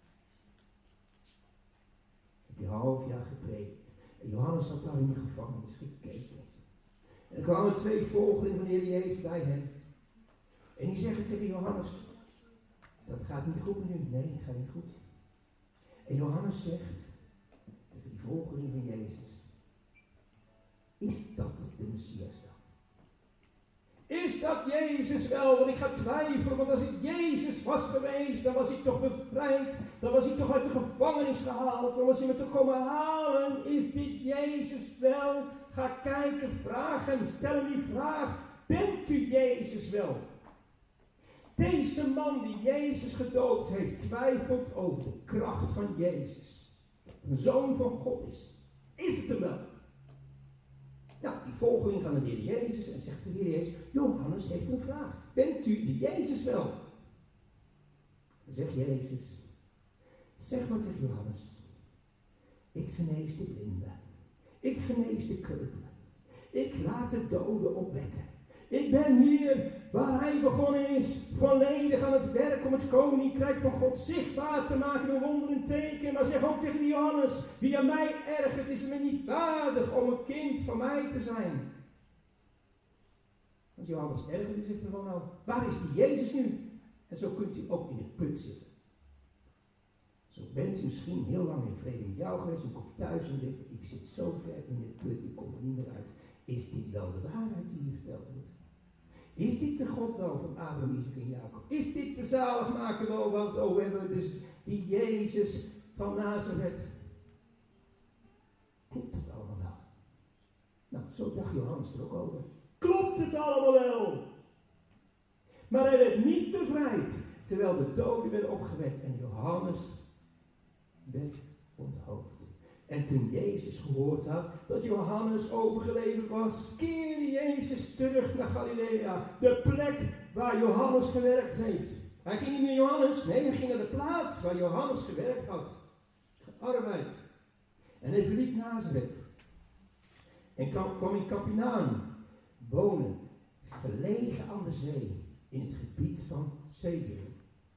Heb je een half jaar gepredikt. En Johannes zat daar in de gevangenis gekeken. En er kwamen 2 volgelingen van de Heer Jezus bij hem. En die zeggen tegen Johannes, dat gaat niet goed met u. Nee, dat gaat niet goed. En Johannes zegt tegen die volgeling van Jezus, is dat de Messias dan? Is dat Jezus wel? Want ik ga twijfelen, want als ik Jezus was geweest, dan was ik toch bevrijd. Dan was ik toch uit de gevangenis gehaald. Dan was hij me toch komen halen. Is dit Jezus wel? Ga kijken, vraag hem, stel hem die vraag. Bent u Jezus wel? Deze man die Jezus gedoopt heeft, twijfelt over de kracht van Jezus. Dat een zoon van God is. Is het er wel? Nou, die volgeling gaat naar de Heer Jezus en zegt de Heer Jezus, Johannes heeft een vraag. Bent u de Jezus wel? Dan zegt Jezus, zeg maar tegen Johannes, ik genees de blinden. Ik genees de kreupelen. Ik laat de doden opwekken. Ik ben hier waar hij begonnen is, volledig aan het werk om het koninkrijk van God zichtbaar te maken door wonderen en tekenen. Maar zeg ook tegen die Johannes, wie aan mij ergert, is me niet waardig om een kind van mij te zijn. Want Johannes ergerde zich er gewoon aan. Waar is die Jezus nu? En zo kunt u ook in de put zitten. Zo bent u misschien heel lang in vrede met jou geweest, en komt thuis en denkt, ik zit zo ver in de put, ik kom er niet meer uit. Is dit wel de waarheid die hier verteld wordt? Is dit de God wel van Abraham, Isaac en Jacob? Is dit de zaligmaker wel? Want we hebben dus die Jezus van Nazareth. Klopt het allemaal wel? Nou, zo dacht Johannes er ook over. Klopt het allemaal wel? Maar hij werd niet bevrijd, terwijl de doden werden opgewekt en Johannes werd onthoofd. En toen Jezus gehoord had dat Johannes overgeleverd was, keerde Jezus terug naar Galilea, de plek waar Johannes gewerkt heeft. Hij ging niet naar Johannes, nee, hij ging naar de plaats waar Johannes gewerkt had, gearbeid. En hij verliet Nazareth en kwam in Capernaum wonen, gelegen aan de zee, in het gebied van Zebulon.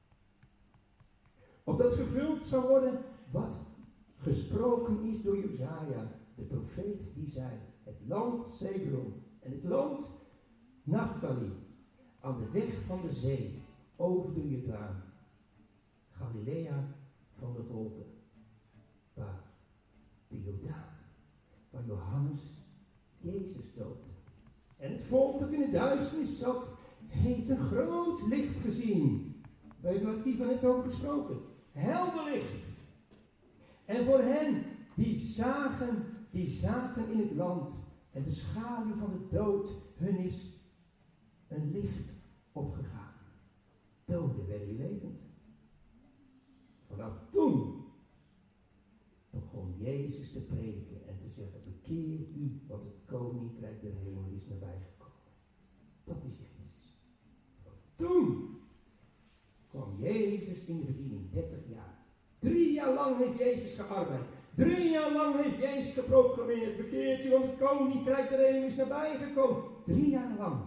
Opdat vervuld zou worden wat gesproken is door Josaja, de profeet, die zei, het land Zebulon en het land Naphtali, aan de weg van de zee, over de Jordaan, Galilea van de volken, waar de Jordaan, waar Johannes Jezus doopte. En het volk dat in de duisternis zat, heeft een groot licht gezien. We hebben Latifa net over gesproken. Helder licht. En voor hen die zaten in het land en de schaduw van de dood, hun is een licht opgegaan. Doden werden weer levend. Vanaf toen begon Jezus te prediken en te zeggen, bekeer u, want het koninkrijk der hemel is nabijgekomen. Dat is Jezus. Vanaf toen kwam Jezus in de bediening, 30 jaar. 3 jaar lang heeft Jezus gearbeid. 3 jaar lang heeft Jezus geproclameerd. Bekeert u, want het koninkrijk der hemel is nabijgekomen. 3 jaar lang.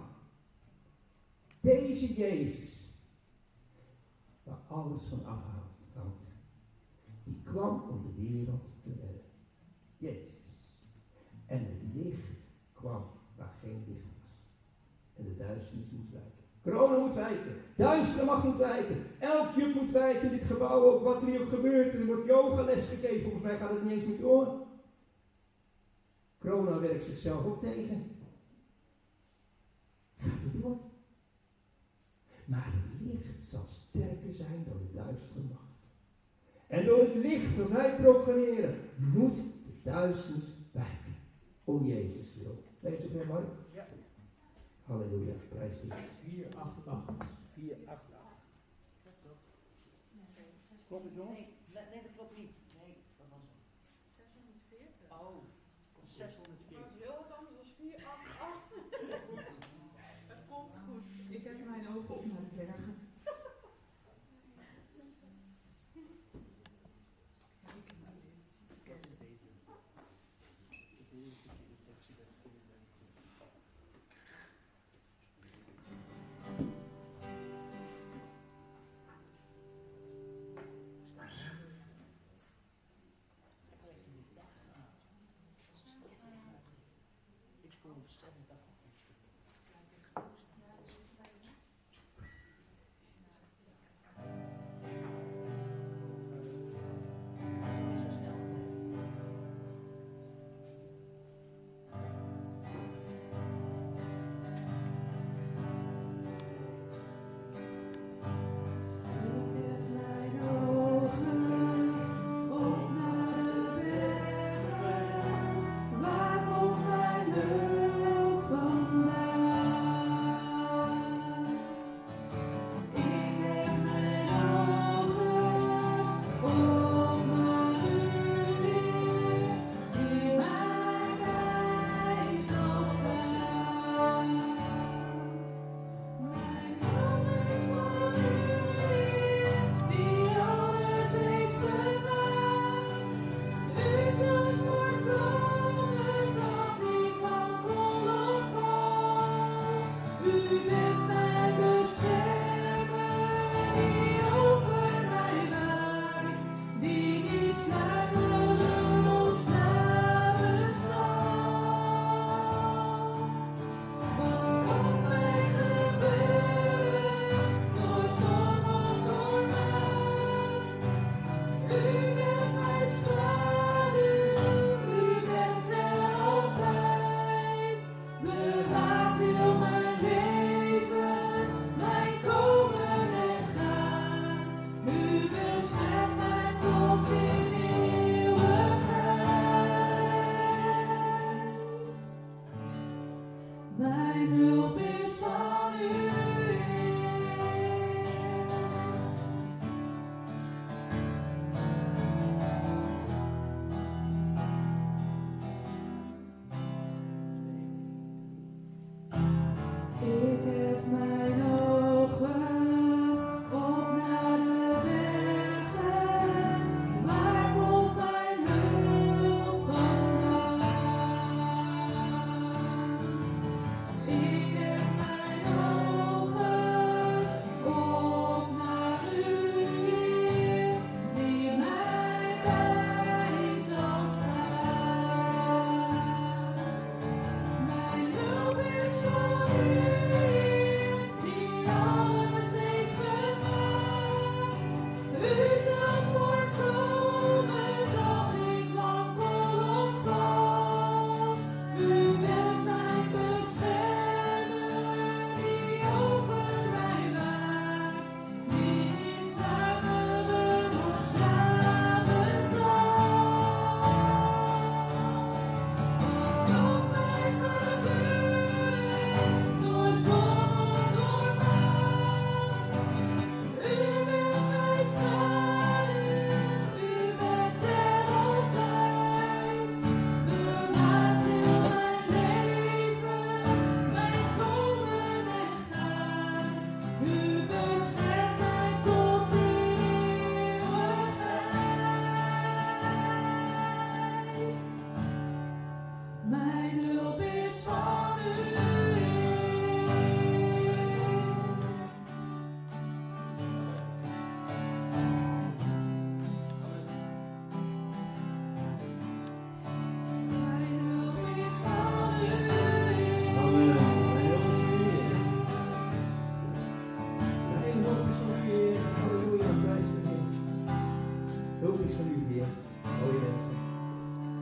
Deze Jezus, waar alles van afhangt, die kwam om de wereld te redden. Jezus. En het licht kwam waar geen licht was. En de duisternis moest wijken. Corona moet wijken. Duistere macht moet wijken. Elk juk moet wijken in dit gebouw. Ook wat er hier ook gebeurt. Er wordt yogales gegeven. Volgens mij gaat het niet eens meer door. Corona werkt zichzelf ook tegen. gaat het worden. Maar het licht zal sterker zijn dan de duistere macht. En door het licht dat wij proclameren, moet de duisternis wijken. Om Jezus wil. Lees het weer, Mark. Ja. Halleluja, prijs de Heer. 488. 488. Klopt het, jongens? Nee, dat klopt niet. Nee, dat was het. 640. Oh, 640. Dat is heel wat anders dan 488. Het komt goed. Ik heb mijn ogen op naar de bergen. Ik spoor op 87. Zo snel.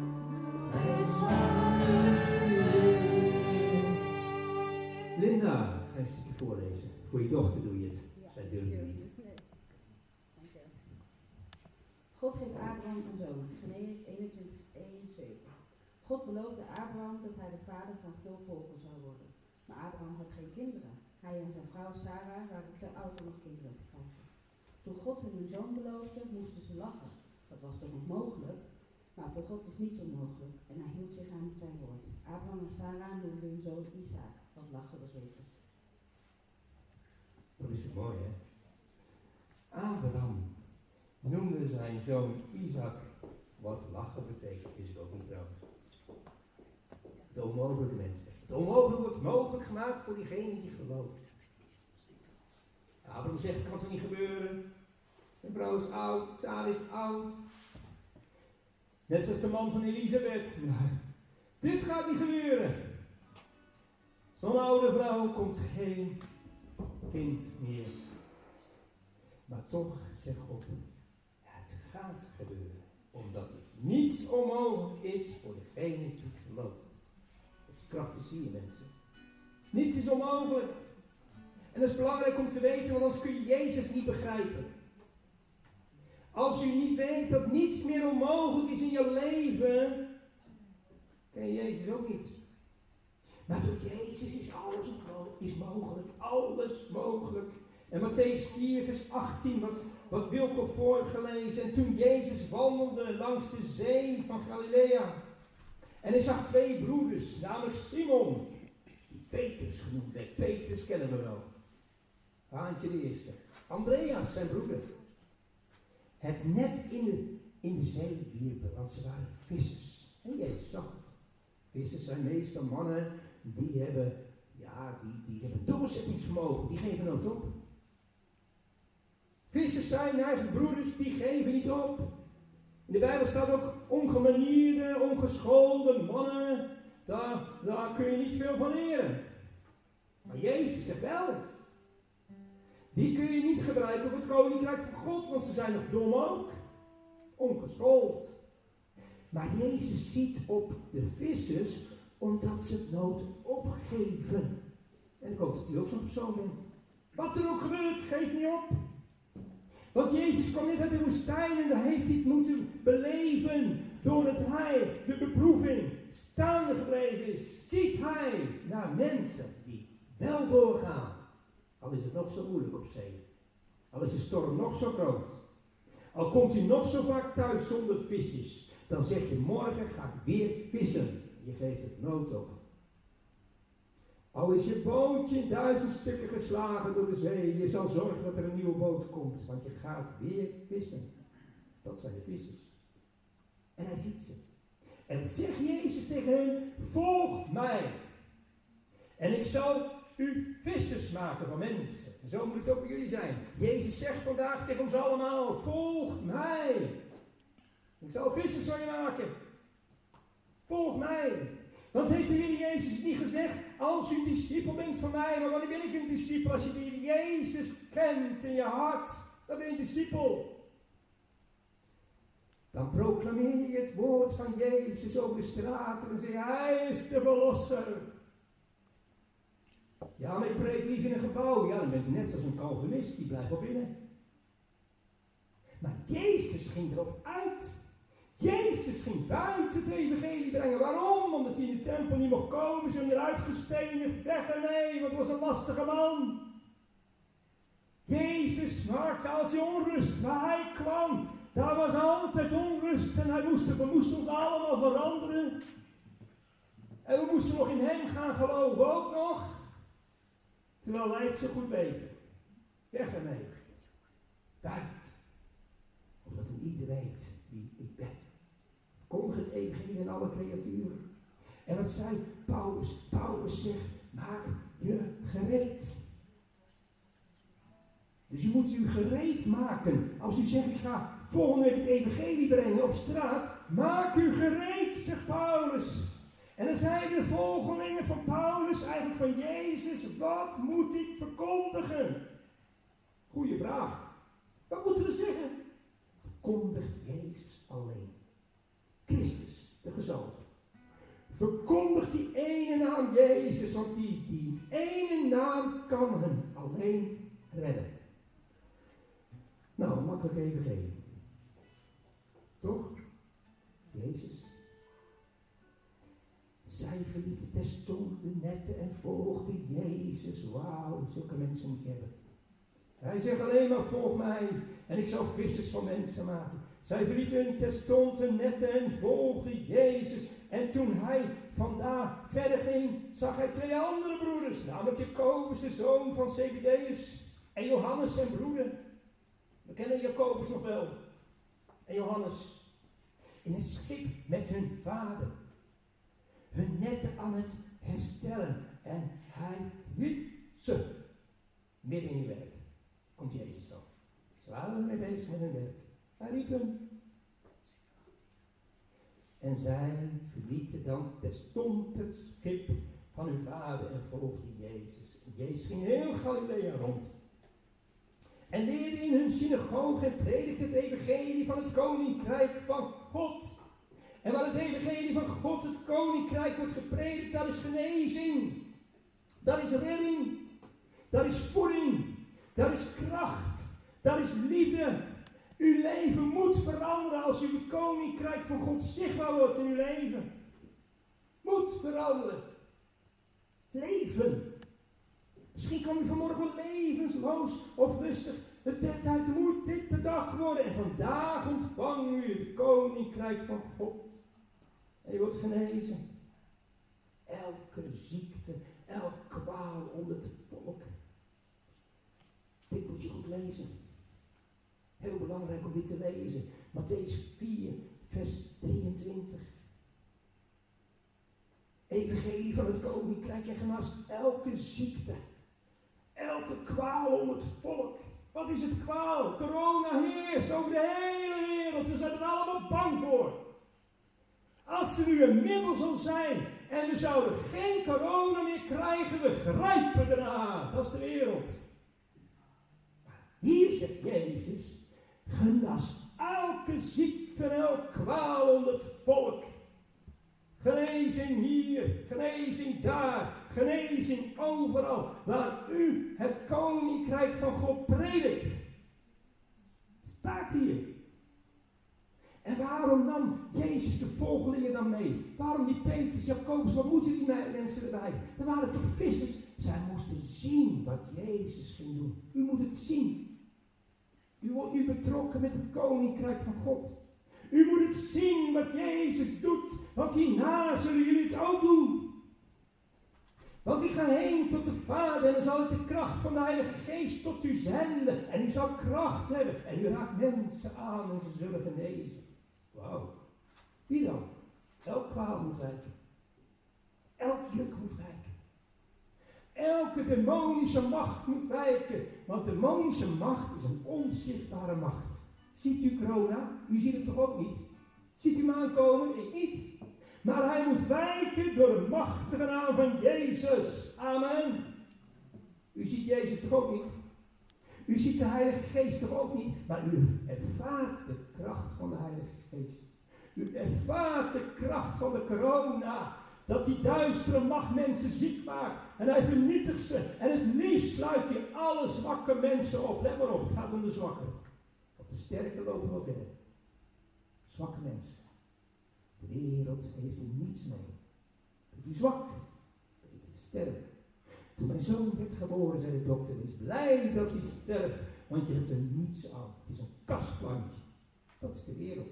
Linda. klein stukje voorlezen. Voor je dochter doe je het. Zij durft het niet. God geeft Abraham een zoon. Genesis 21:1-7. God beloofde Abraham dat hij de vader van veel volken zou worden. Maar Abraham had geen kinderen. Hij en zijn vrouw Sarah waren te oud om nog kinderen te krijgen. Toen God hun een zoon beloofde, moesten ze lachen. Dat was toch onmogelijk? Maar voor God is niets onmogelijk en hij hield zich aan zijn woord. Abraham en Sarah noemden hun zoon Isaac, wat lachen betekent. Dat is het mooie, hè? Abraham noemde zijn zoon Isaac, wat lachen betekent, is het ook niet trouwens. Het onmogelijke mensen. Het onmogelijke wordt mogelijk gemaakt voor diegene die gelooft. Abraham zegt, het kan toch niet gebeuren? Mijn vrouw is oud, Sarah is oud. Net zoals de man van Elisabeth. Dit gaat niet gebeuren. Zo'n oude vrouw komt geen kind meer. Maar toch, zegt God, het gaat gebeuren. Omdat het niets onmogelijk is voor degene die gelooft. Dat is krachtig, zie je mensen. Niets is onmogelijk. En dat is belangrijk om te weten, want anders kun je Jezus niet begrijpen. Als u niet weet dat niets meer onmogelijk is in je leven, ken je Jezus ook niet. Maar door Jezus is alles mogelijk. Alles mogelijk. En Matthäus 4 vers 18, wat Wilco voorgelezen. En toen Jezus wandelde langs de zee van Galilea. En hij zag twee broeders, namelijk Simon, die Petrus genoemd werd. Petrus kennen we wel. Haantje de eerste. Andreas, zijn broeder. Het net in de zee wierpen, want ze waren vissers. En Jezus zag het. Vissers zijn meestal mannen die hebben doorzettingsvermogen, die geven nooit op. Vissers zijn eigen broeders, die geven niet op. In de Bijbel staat ook ongemanierde, ongeschoolde mannen, daar kun je niet veel van leren. Maar Jezus zegt wel, die kun je niet gebruiken voor het koninkrijk van God, want ze zijn nog dom ook. Ongeschoold. Maar Jezus ziet op de vissers, omdat ze het nood opgeven. En ik hoop dat u ook zo'n persoon bent. Wat er ook gebeurt, geef niet op. Want Jezus kwam net uit de woestijn en daar heeft hij het moeten beleven. Doordat hij, de beproeving, staande gebleven is. Ziet hij naar mensen die wel doorgaan. Al is het nog zo moeilijk op zee. Al is de storm nog zo groot. Al komt u nog zo vaak thuis zonder visjes. Dan zeg je, morgen ga ik weer vissen. Je geeft het nood op. Al is je bootje in 1000 stukken geslagen door de zee. Je zal zorgen dat er een nieuwe boot komt. Want je gaat weer vissen. Dat zijn de vissers. En hij ziet ze. En dan zegt Jezus tegen hen, volg mij. En ik zal u vissers maken van mensen. En zo moet het ook bij jullie zijn. Jezus zegt vandaag tegen ons allemaal, volg mij. Ik zal vissers van je maken. Volg mij. Want heeft de Heer Jezus niet gezegd, als u een discipel bent van mij, maar wanneer ben ik een discipel? Als je de Heer Jezus kent in je hart, dan ben je een discipel. Dan proclameer je het woord van Jezus over de straten en zeg je, hij is de verlosser. Ja, maar ik preek liever in een gebouw. Ja, dan bent u net zoals een Calvinist, die blijft wel binnen. Maar Jezus ging erop uit. Jezus ging buiten het evangelie brengen. Waarom? Omdat hij in de tempel niet mocht komen. Ze hebben eruit gestenigd. Weg en nee, want het was een lastige man. Jezus maakte altijd onrust. Waar hij kwam, daar was altijd onrust. En we moesten ons allemaal veranderen. En we moesten nog in hem gaan geloven, ook nog. Terwijl wij het zo goed weten. Weg ermee. Buiten. Omdat een ieder weet wie ik ben. Kom het evangelie in alle creaturen. En wat zei Paulus? Paulus zegt, maak je gereed. Dus u moet u gereed maken. Als u zegt, ik ga volgende week het evangelie brengen op straat. Maak u gereed, zegt Paulus. En dan zeiden de volgelingen van Paulus, eigenlijk van Jezus, wat moet ik verkondigen? Goeie vraag. Wat moeten we zeggen? Verkondigt Jezus alleen. Christus, de gezalfde. Verkondigt die ene naam Jezus, want die ene naam kan hen alleen redden. Nou, makkelijk evangelie. Toch? Jezus. Zij verlieten terstond de netten en volgden Jezus. Wauw, zulke mensen moet je hebben. Hij zegt alleen maar volg mij en ik zal vissers van mensen maken. Zij verlieten terstond de netten en volgden Jezus. En toen hij vandaar verder ging, zag hij 2 andere broeders. Namelijk Jacobus, de zoon van Zebedeus. En Johannes zijn broeder. We kennen Jacobus nog wel. En Johannes. In het schip met hun vader. Hun netten aan het herstellen. En hij riep ze. Midden in je werk. Komt Jezus dan. Ze waren ermee bezig met hun werk. Hij riep hem. En zij verlieten dan terstond het schip van hun vader en volgden Jezus. En Jezus ging heel Galilea rond. En leerde in hun synagoge en predikte het evangelie van het koninkrijk van God. En waar het evangelie van God, het koninkrijk, wordt gepredikt, daar is genezing. Daar is redding. Daar is voeding. Daar is kracht. Daar is liefde. Uw leven moet veranderen als uw koninkrijk van God zichtbaar wordt in uw leven. Moet veranderen. Leven. Misschien kwam u vanmorgen wel levensloos of rustig het bed uit. Moet dit de dag worden. En vandaag ontvangt u het koninkrijk van God. En je wordt genezen. Elke ziekte, elk kwaal onder het volk. Dit moet je goed lezen. Heel belangrijk om dit te lezen. Mattheüs 4, vers 23. Evangelie van het koninkrijk en genas elke ziekte. Elke kwaal om het volk. Wat is het kwaal? Corona heerst over de hele wereld. We zijn er allemaal bang voor. Als er nu een middel zal zijn en we zouden geen corona meer krijgen, we grijpen eraan. Dat is de wereld. Maar hier zegt Jezus, genas elke ziekte en elk kwaal onder het volk. Genezing hier, genezing daar, genezing overal, waar u het koninkrijk van God predikt. Staat hier. En waarom nam Jezus de volgelingen dan mee? Waarom die Petrus, Jacobus, wat moeten die mensen erbij? Er waren toch vissers? Zij moesten zien wat Jezus ging doen. U moet het zien. U wordt nu betrokken met het koninkrijk van God. U moet het zien wat Jezus doet, want hierna zullen jullie het ook doen. Want ik ga heen tot de Vader en dan zal ik de kracht van de Heilige Geest tot u zenden. En u zal kracht hebben en u raakt mensen aan en ze zullen genezen. Wauw. Wie dan? Elk kwaal moet wijken. Elk juk moet wijken. Elke demonische macht moet wijken. Want demonische macht is een onzichtbare macht. Ziet u corona? U ziet het toch ook niet? Ziet u hem aankomen? Ik niet. Maar hij moet wijken door de machtige naam van Jezus. Amen. U ziet Jezus toch ook niet? U ziet de Heilige Geest toch ook niet? Maar u ervaart de kracht van de Heilige Geest. U ervaart de kracht van de corona. Dat die duistere macht mensen ziek maakt. En hij vernietigt ze. En het liefst sluit hij alle zwakke mensen op. Let maar op, het gaat om de zwakken. Want de sterke lopen wel verder. Zwakke mensen. De wereld heeft er niets mee. Die zwak. Weet je, sterven. Toen mijn zoon werd geboren, zei de dokter, wees blij dat hij sterft, want je hebt er niets aan. Het is een kastplantje. Dat is de wereld.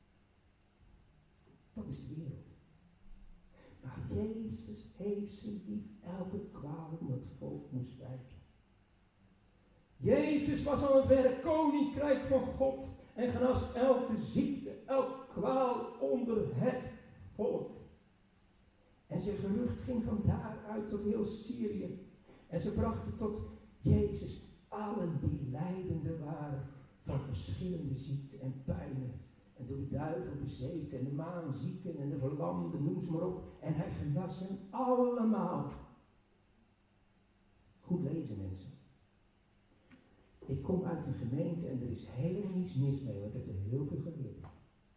Dat is de wereld. Maar Jezus heeft zijn lief, elke kwaal om het volk moest wijken. Jezus was aan het werk, koninkrijk van God, en genas elke ziekte, elk kwaal onder het volk. En zijn gerucht ging van daaruit tot heel Syrië. En ze brachten tot Jezus allen die lijdende waren van verschillende ziekten en pijnen. En door de duivel bezeten en de maanzieken en de verlamden, noem ze maar op. En hij genas hen allemaal. Goed lezen, mensen. Ik kom uit een gemeente en er is helemaal niets mis mee, want ik heb er heel veel geleerd.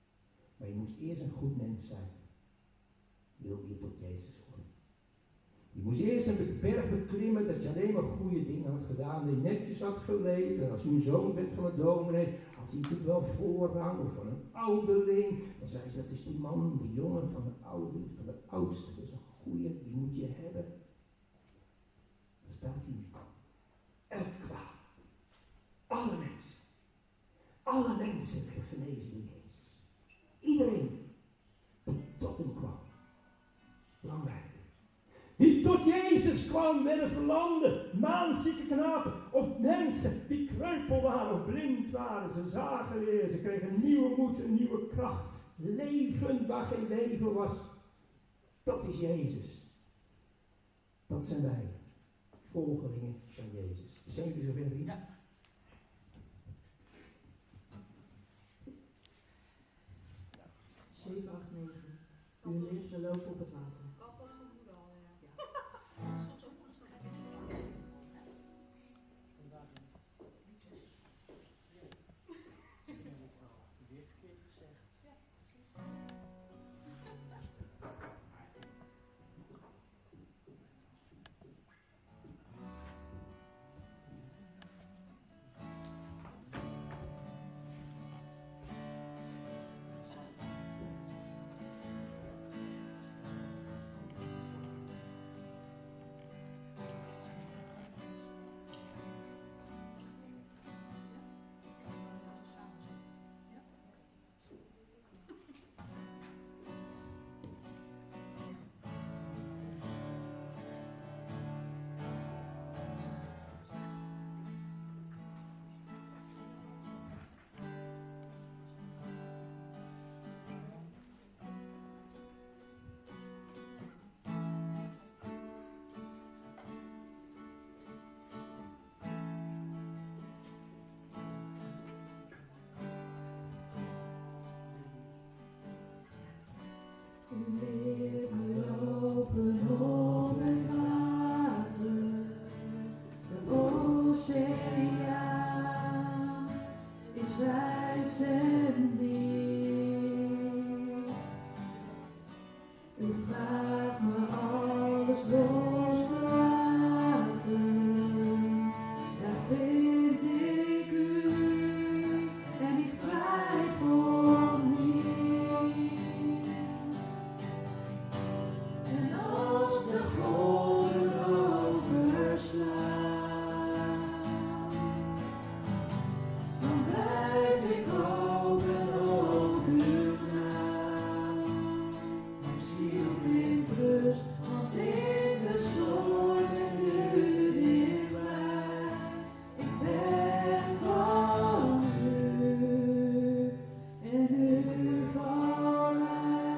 Maar je moest eerst een goed mens zijn. Wil je tot Jezus horen. Je moest eerst een berg beklimmen dat je alleen maar goede dingen had gedaan, dat je netjes had geleefd. En als je een zoon bent van een dominee, had hij natuurlijk wel voorrang, of van een ouderling. Dan zei ze, dat is die man, die jongen van de ouderling, van de oudste. Dat is een goeie, die moet je hebben. Dat staat hier niet. Elk kwaad. Alle mensen. Alle mensen werden genezen door Jezus. Iedereen die tot hem kwam. Belangrijk. Die tot Jezus kwam, werden verlamden, maanzieke knapen, of mensen die kreupel waren of blind waren. Ze zagen weer, ze kregen nieuwe moed, een nieuwe kracht. Leven waar geen leven was. Dat is Jezus. Dat zijn wij, volgelingen van Jezus. Zijn jullie zover, vrienden? Ja. 7, 8, 9. U ligt de loop op het water. Wat dat vermoeden al, ja. Soms ook nog eens Vandaag liedjes. Ja. Ze hebben het wel weer verkeerd gezegd. Ja, precies. U leert me lopen op het water, de oceaan is wijs en diep. U vraagt me alles los te laten, daar vind ik u en ik twijfel niet. En als de golven overslaan, dan blijf ik hopen op uw naam. Mijn ziel vindt rust, want in de storm bent u dichtbij. Ik ben van u en u van mij.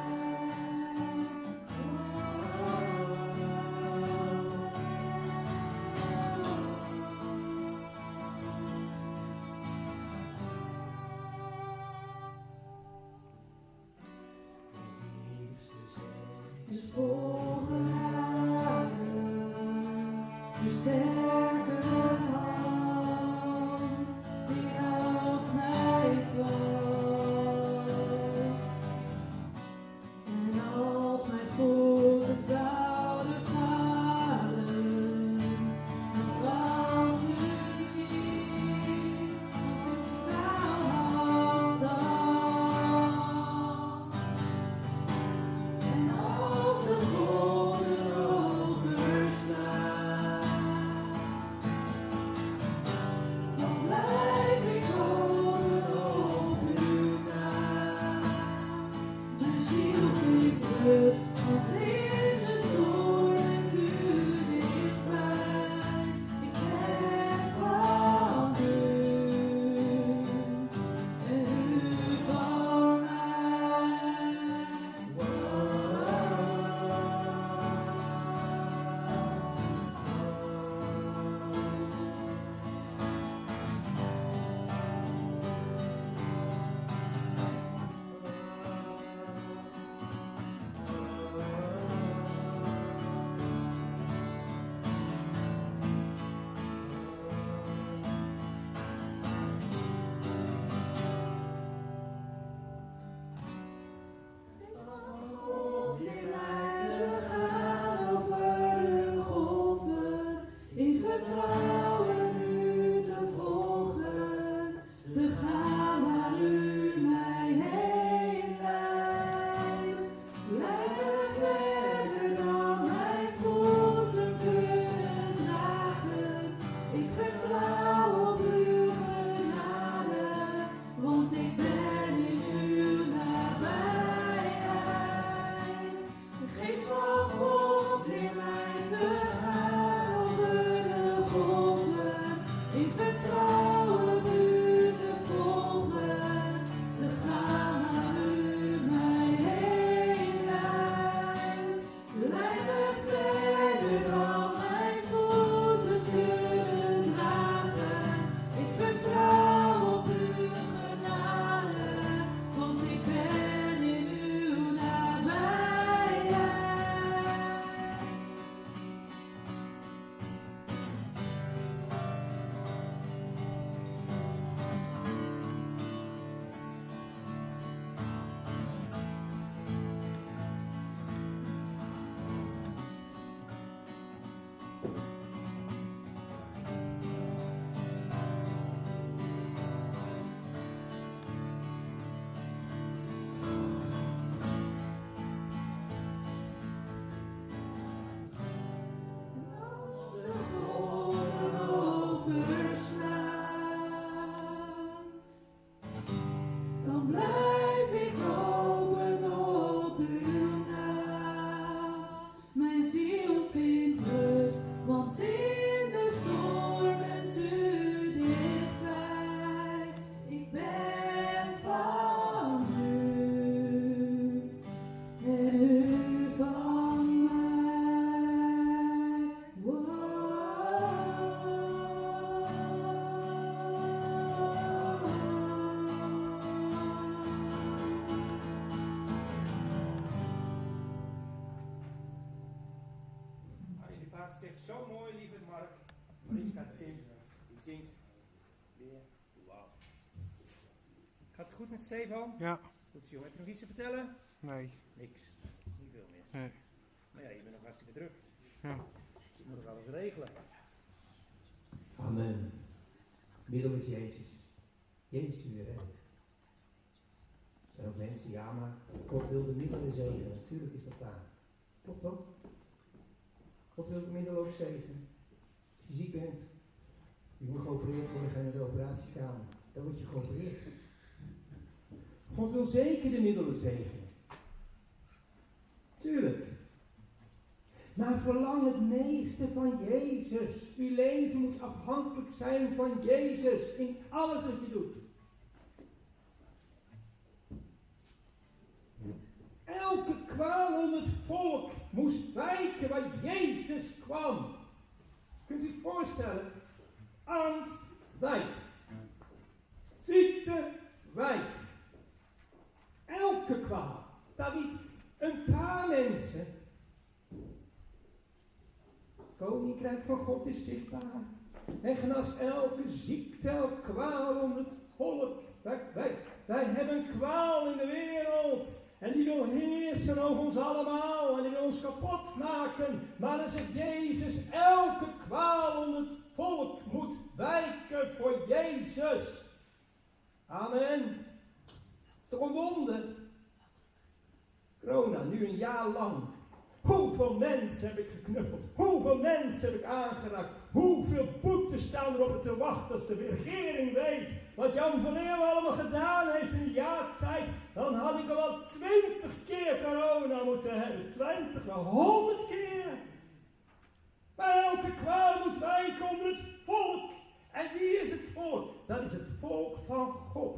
Is volgehouden, de sterke hand die houdt mij vast. En als mijn voeten zouden falen, dan valt u niet, want u houdt afstand. En als de golven zegt zo mooi, lieve Mark. Mariska Tim, die zingt weer wauw. Gaat het goed met Stefan? Ja. Goed, jongen. Heb je nog iets te vertellen? Nee. Niks. Niet veel meer. Nee. Maar ja, je bent nog hartstikke druk. Ja. Je moet nog alles regelen. Amen. Middel is Jezus. Jezus weer redden. Er zijn ook mensen, ja, maar God wil de middelen zegenen. Natuurlijk is dat waar. Klopt toch? God wil de middelen ook zegenen. Als je ziek bent, je moet geopereerd worden, ga je naar de operatiekamer. Dan word je geopereerd. God wil zeker de middelen zegenen. Tuurlijk. Maar verlang het meeste van Jezus. Uw leven moet afhankelijk zijn van Jezus in alles wat je doet. Elke kwaal onder het volk moest wijken waar Jezus kwam. Kunt u het voorstellen? Angst wijkt. Ziekte wijkt. Elke kwaal. Er staat niet een paar mensen. Het koninkrijk van God is zichtbaar. En genas elke ziekte, elke kwaal onder het volk. Wij hebben een kwaal in de wereld. En die wil heersen over ons allemaal. En die wil ons kapot maken. Maar dan zegt Jezus, elke kwaal onder het volk moet wijken voor Jezus. Amen. Het is toch een wonder? Corona, nu een jaar lang. Hoeveel mensen heb ik geknuffeld? Hoeveel mensen heb ik aangeraakt? Hoeveel boetes staan erop te wachten als de regering weet wat Jan van Leeuwen allemaal gedaan heeft in een jaar tijd? Dan had ik al wel 20 keer corona moeten hebben. 20, wel 100 keer. Maar elke kwaal moet wijken onder het volk. En wie is het volk? Dat is het volk van God.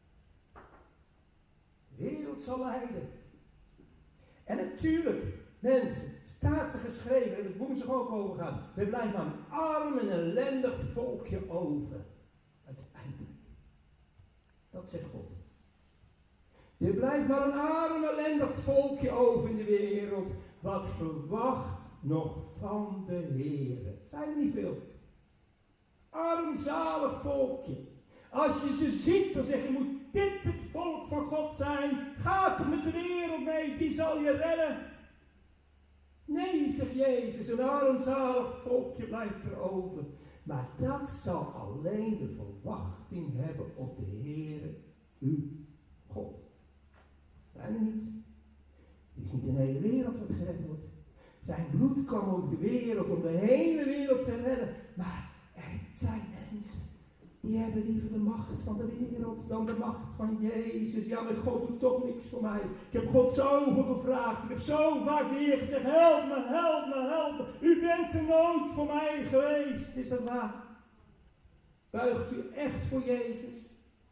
De wereld zal lijden. En natuurlijk, mensen, staat er geschreven, en het woensdag ook over gaat, er blijft maar een arm en ellendig volkje over. Uiteindelijk. Dat zegt God. Er blijft maar een arm en ellendig volkje over in de wereld, wat verwacht nog van de Heere. Zijn er niet veel. Armzalig volkje. Als je ze ziet, dan zeg je, moet dit het volk van God zijn? Ga toch met de wereld mee, die zal je redden. Nee, zegt Jezus, een armzalig volkje blijft er over. Maar dat zal alleen de verwachting hebben op de Heere, uw God. Zijn er niet? Het is niet een hele wereld wat gered wordt. Zijn bloed kwam over de wereld om de hele wereld te redden. Maar er zijn mensen die hebben liever de macht van de wereld dan de macht van Jezus. Ja, maar God doet toch niks voor mij. Ik heb God zoveel gevraagd. Ik heb zo vaak de Heer gezegd, help me, help me, help me. U bent er nooit voor mij geweest. Is dat waar? Buigt u echt voor Jezus?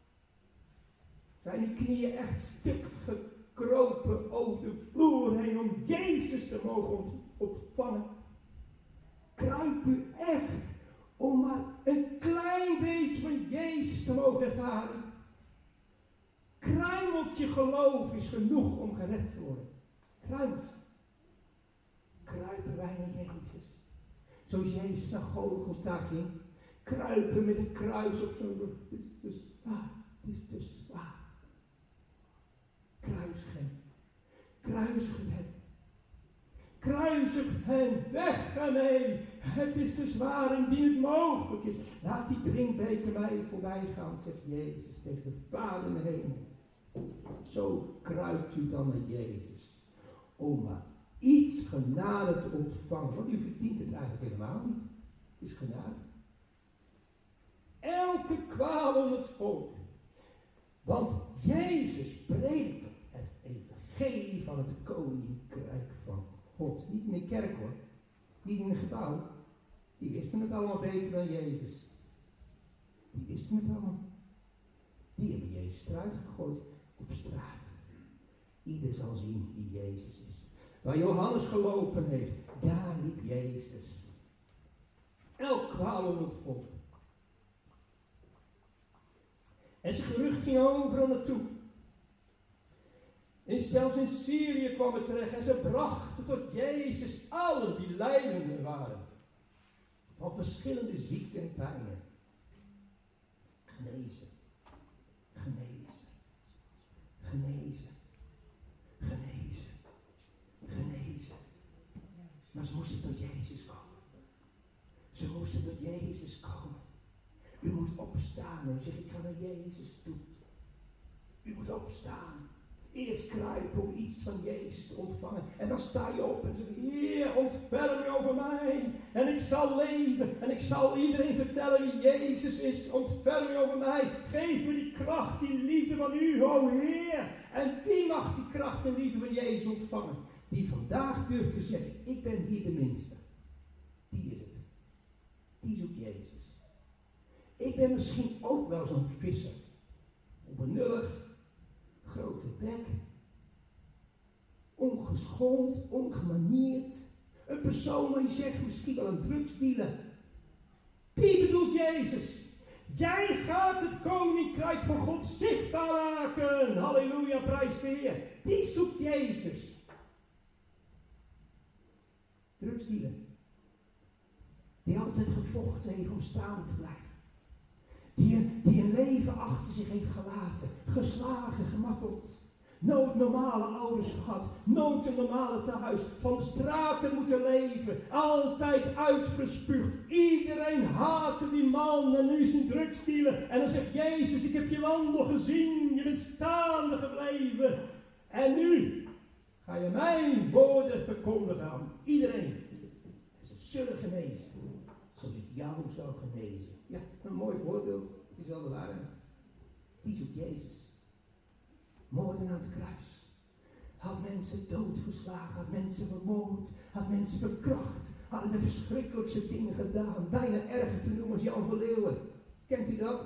Zijn die knieën echt stuk gekropen over de vloer heen om Jezus te mogen ontvangen? Kruip u echt om maar een klein beetje van Jezus te mogen ervaren? Kruimeltje geloof is genoeg om gered te worden. Kruimelt. Kruipen wij naar Jezus. Zoals Jezus naar Golgotha ging. Kruipen met een kruis op zijn rug. Het is te zwaar. Het is te zwaar. Kruisig hem. Kruisig hem. Kruisig hen, weg ermee. Het is te zwaar indien het mogelijk is. Laat die drinkbeker mij voorbij gaan, zegt Jezus tegen de Vader in de hemel. Zo kruipt u dan naar Jezus. Om maar iets genade te ontvangen. Want u verdient het eigenlijk helemaal niet. Het is genade. Elke kwaal om het volk. Want Jezus predikte het evangelie van het koninkrijk van God. Niet in de kerk hoor. Niet in een gebouw. Die wisten het allemaal beter dan Jezus. Die wisten het allemaal. Die hebben Jezus eruit gegooid op straat. Ieder zal zien wie Jezus is. Waar Johannes gelopen heeft, daar liep Jezus. Elk kwaal om het volk. En zijn gerucht ging overal naartoe. En zelfs in Syrië kwam het terecht. En ze brachten tot Jezus allen die lijdenden waren. van verschillende ziekten en pijnen. Genezen. Genezen. Genezen. Genezen. Genezen. Maar ze moesten tot Jezus komen. Ze moesten tot Jezus komen. U moet opstaan en zeggen, ik ga naar Jezus toe. U moet opstaan. Eerst kruipen om iets van Jezus te ontvangen. En dan sta je op en zeg, Heer, ontferm je over mij. En ik zal leven. En ik zal iedereen vertellen wie Jezus is. Ontferm je over mij. Geef me die kracht, die liefde van u, o Heer. En wie mag die kracht en liefde van Jezus ontvangen? Die vandaag durft te zeggen, ik ben hier de minste. Die is het. Die zoekt Jezus. Ik ben misschien ook wel zo'n visser. Onbenullig. Grote bek, ongeschoold, ongemanierd. Een persoon waar je zegt misschien wel een drugsdealer. Die bedoelt Jezus. Jij gaat het koninkrijk van God zichtbaar maken. Halleluja, prijs de Heer. Die zoekt Jezus. Drugsdealer. Die altijd gevochten heeft om staande te blijven. Die een leven achter zich heeft gelaten. Geslagen, gemarteld. Nooit normale ouders gehad. Nooit een normale thuis. Van de straten moeten leven. Altijd uitgespuugd. Iedereen haatte die man. En nu is hij drugsdealer. En dan zegt Jezus, ik heb je wandel gezien. Je bent staande gebleven. En nu ga je mijn woorden verkondigen aan iedereen. Ze zullen genezen. Zoals ik jou zou genezen. Ja, een mooi voorbeeld. Het is wel de waarheid. Die zoekt Jezus. Moorden aan het kruis. Had mensen doodgeslagen. Had mensen vermoord. Had mensen verkracht. Hadden de verschrikkelijkste dingen gedaan. Bijna erger te noemen als Jan van Leeuwen. Kent u dat?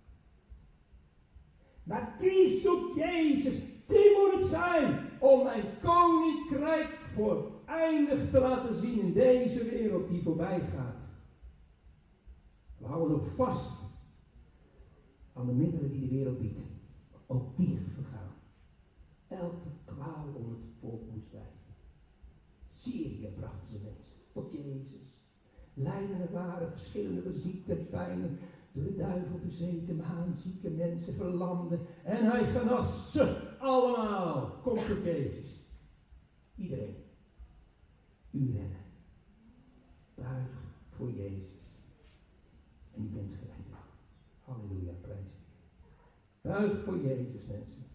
Maar die zoekt Jezus. Die moet het zijn. Om mijn koninkrijk vooreindig te laten zien in deze wereld die voorbij gaat. We houden nog vast aan de middelen die de wereld biedt. Ook die vergaan. Elke kwaal om het volk moest wijken. Syrië brachten ze mensen tot Jezus. Leidenden waren verschillende ziekten en pijnen. Door de duivel bezeten, maanzieke mensen, verlamden. En hij genas ze allemaal. Kom tot Jezus. Iedereen. U redden. Buig voor Jezus. En u bent gered. Halleluja, prijs die. Buig voor Jezus, mensen.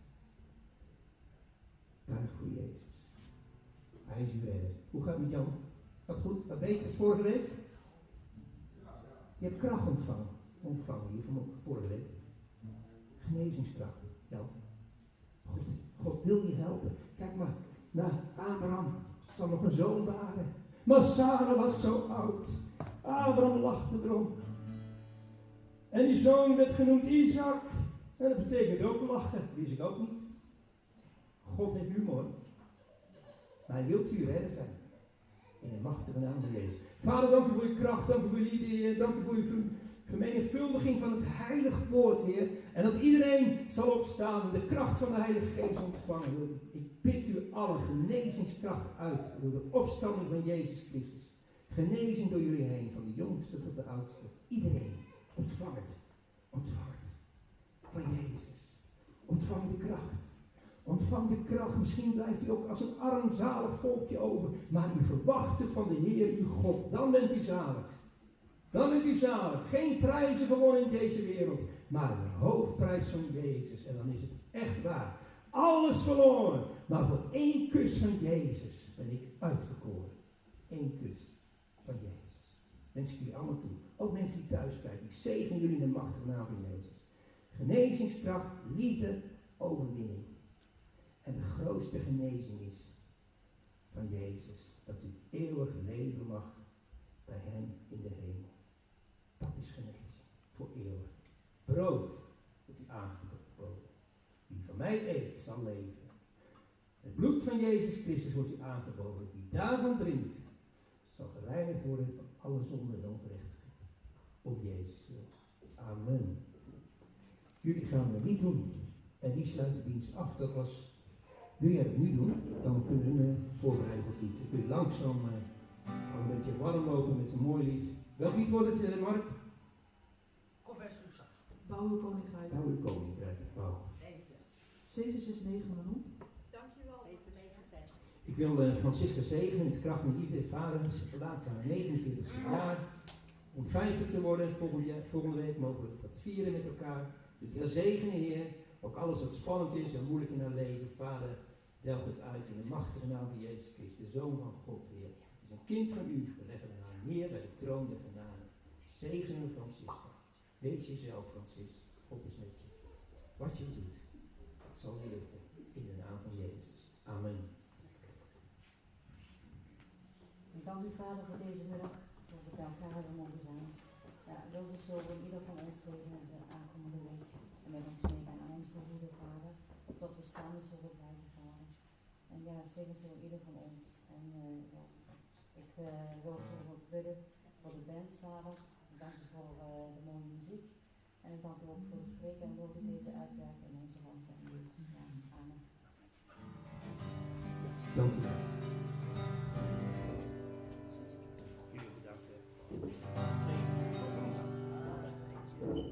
Buig voor Jezus. Hij is uw redder. Hoe gaat het met jou? Gaat het goed? Wat beter als vorige week? Je hebt kracht ontvangen hier van vorige week. Genezingskracht. Ja. Goed. God wil je helpen. Kijk maar naar Abraham. Zal nog een zoon baren. Maar Sarah was zo oud. Abraham lachte erom. En die zoon werd genoemd Isaac. En dat betekent ook lachen. Wist ik ook niet. God heeft humor. Maar hij wil u redder zijn. In de machtige naam van Jezus. Vader, dank u voor uw kracht. Dank u voor uw liefde, Heer. Dank u voor uw vermenigvuldiging van het heilige woord, Heer. En dat iedereen zal opstaan en de kracht van de Heilige Geest ontvangen. Ik bid u alle genezingskracht uit. Door de opstanding van Jezus Christus. Genezing door jullie heen. Van de jongste tot de oudste. Iedereen. Ontvang het. Ontvang het. Van Jezus. Ontvang de kracht. Ontvang de kracht. Misschien blijft u ook als een armzalig volkje over. Maar u verwacht het van de Heer uw God. Dan bent u zalig. Dan bent u zalig. Geen prijzen gewonnen in deze wereld. Maar een hoofdprijs van Jezus. En dan is het echt waar. Alles verloren. Maar voor één kus van Jezus ben ik uitverkoren. Eén kus van Jezus. Wens ik jullie allemaal toe. Ook mensen die thuis kijken. Ik zegen jullie in de machtige naam van Jezus. Genezingskracht, liefde, overwinning. En de grootste genezing is van Jezus. Dat u eeuwig leven mag bij hem in de hemel. Dat is genezing. Voor eeuwig. Brood wordt u aangeboden. Wie van mij eet, zal leven. Het bloed van Jezus Christus wordt u aangeboden. Wie daarvan drinkt, zal gereinigd worden van alle zonde en ongerechtigheid. Op Jezus wil. Amen. Jullie gaan het niet doen. En die sluit de dienst af. Dat was... Wil jij het nu doen? Dan kunnen we voorbereiden op het lied. Dan kun je langzaam al een beetje warm lopen met een mooi lied. Welk lied wordt het, Mark? Conversie op zacht. Bouw uw koninkrijk. Bouw uw koninkrijk. Wauw. 769 Manon. Dankjewel. 796. Ik wil Francisca zegenen met kracht en liefde ervaren. Ze verlaat haar 49e jaar. Om 50 te worden volgende week mogen we dat vieren met elkaar. Dus wil zegenen, Heer. Ook alles wat spannend is en moeilijk in haar leven. Vader, delg het uit in de machtige naam van Jezus Christus, de Zoon van God, Heer. Het is een kind van u. We leggen haar neer bij de troon der genade. Zegenen Francisca. Weet jezelf, Francis. God is met je. Wat je doet, het zal je lukken. In de naam van Jezus. Amen. Dank u Vader voor deze middag, dat we bij elkaar hebben mogen zijn. Ja, wil u zo in ieder van ons zegenen de aankomende week. En met ons meegaan aan ons behoeden, Vader. Tot we staande zullen blijven, Vader. En ja, zegen ze in ieder van ons. En ja, ik wil het ook bidden voor de band, Vader. Dank u voor de mooie muziek. En ik dank u ook voor het preken en wilt u deze uitwerken in onze handen en in Jezus' naam. Amen. Dank u. Jullie bedankt. Zegen over ons af.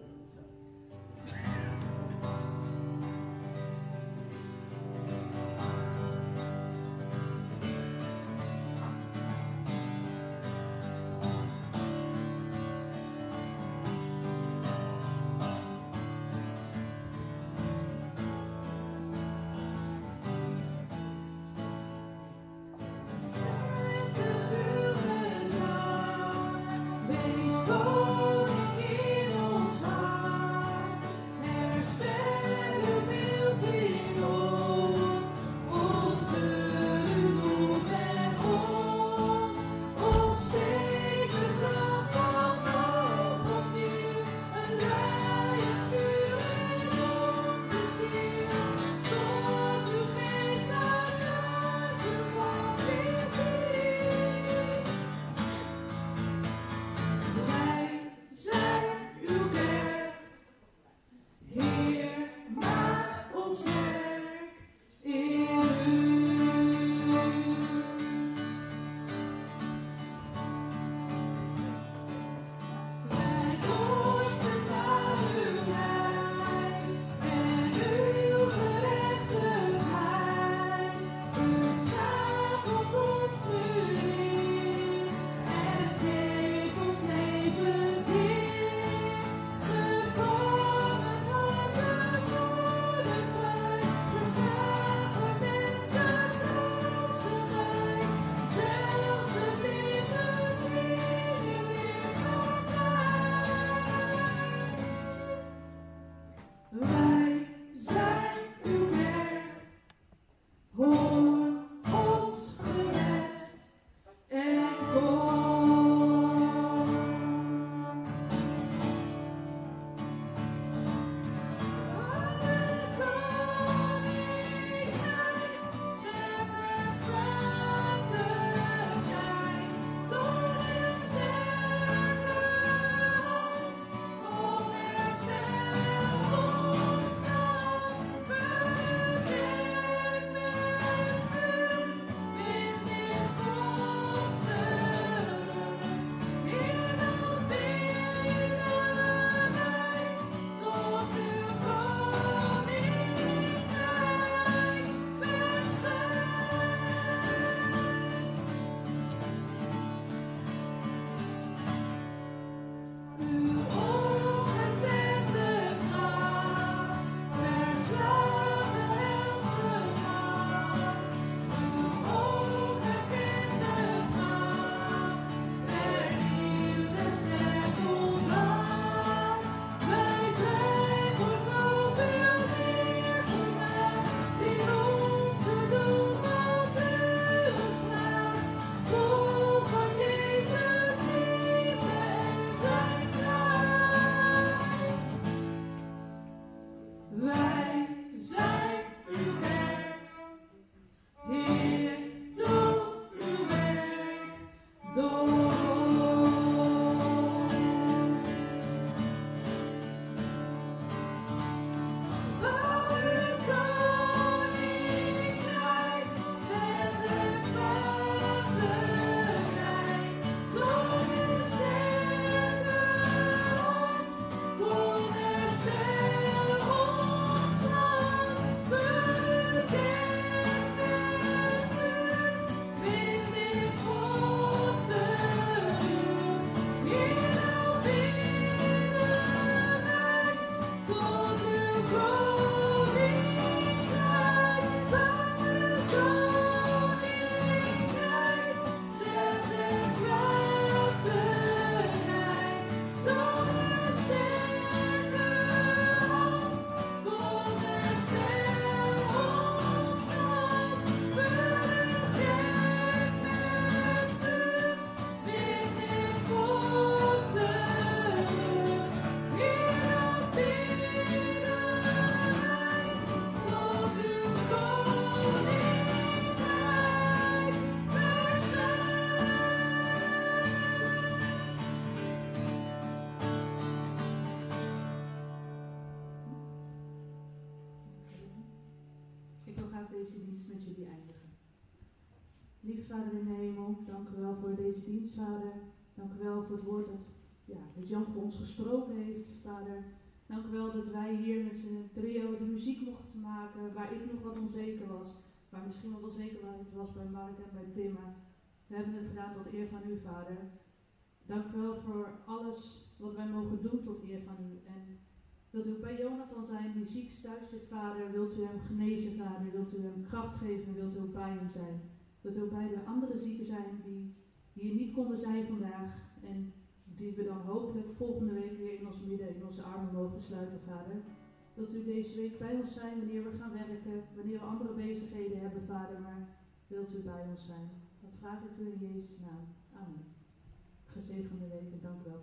met jullie eindigen. Lieve Vader in de hemel, dank u wel voor deze dienst, Vader. Dank u wel voor het woord dat Jan voor ons gesproken heeft, Vader. Dank u wel dat wij hier met z'n trio de muziek mochten maken, waar ik nog wat onzeker was. Waar misschien wat onzekerheid was bij Mark en bij Tim, maar we hebben het gedaan tot eer van u, Vader. Dank u wel voor alles wat wij mogen doen tot eer van u. En wilt u ook bij Jonathan zijn, die ziek thuis zit, Vader. Wilt u hem genezen, Vader. Wilt u hem kracht geven, wilt u ook bij hem zijn. Wilt u ook bij de andere zieken zijn die hier niet konden zijn vandaag. En die we dan hopelijk volgende week weer in ons midden, in onze armen mogen sluiten, Vader. Wilt u deze week bij ons zijn wanneer we gaan werken, wanneer we andere bezigheden hebben, Vader. Maar wilt u bij ons zijn. Dat vraag ik u in Jezus' naam. Amen. Gezegende week en dank u wel.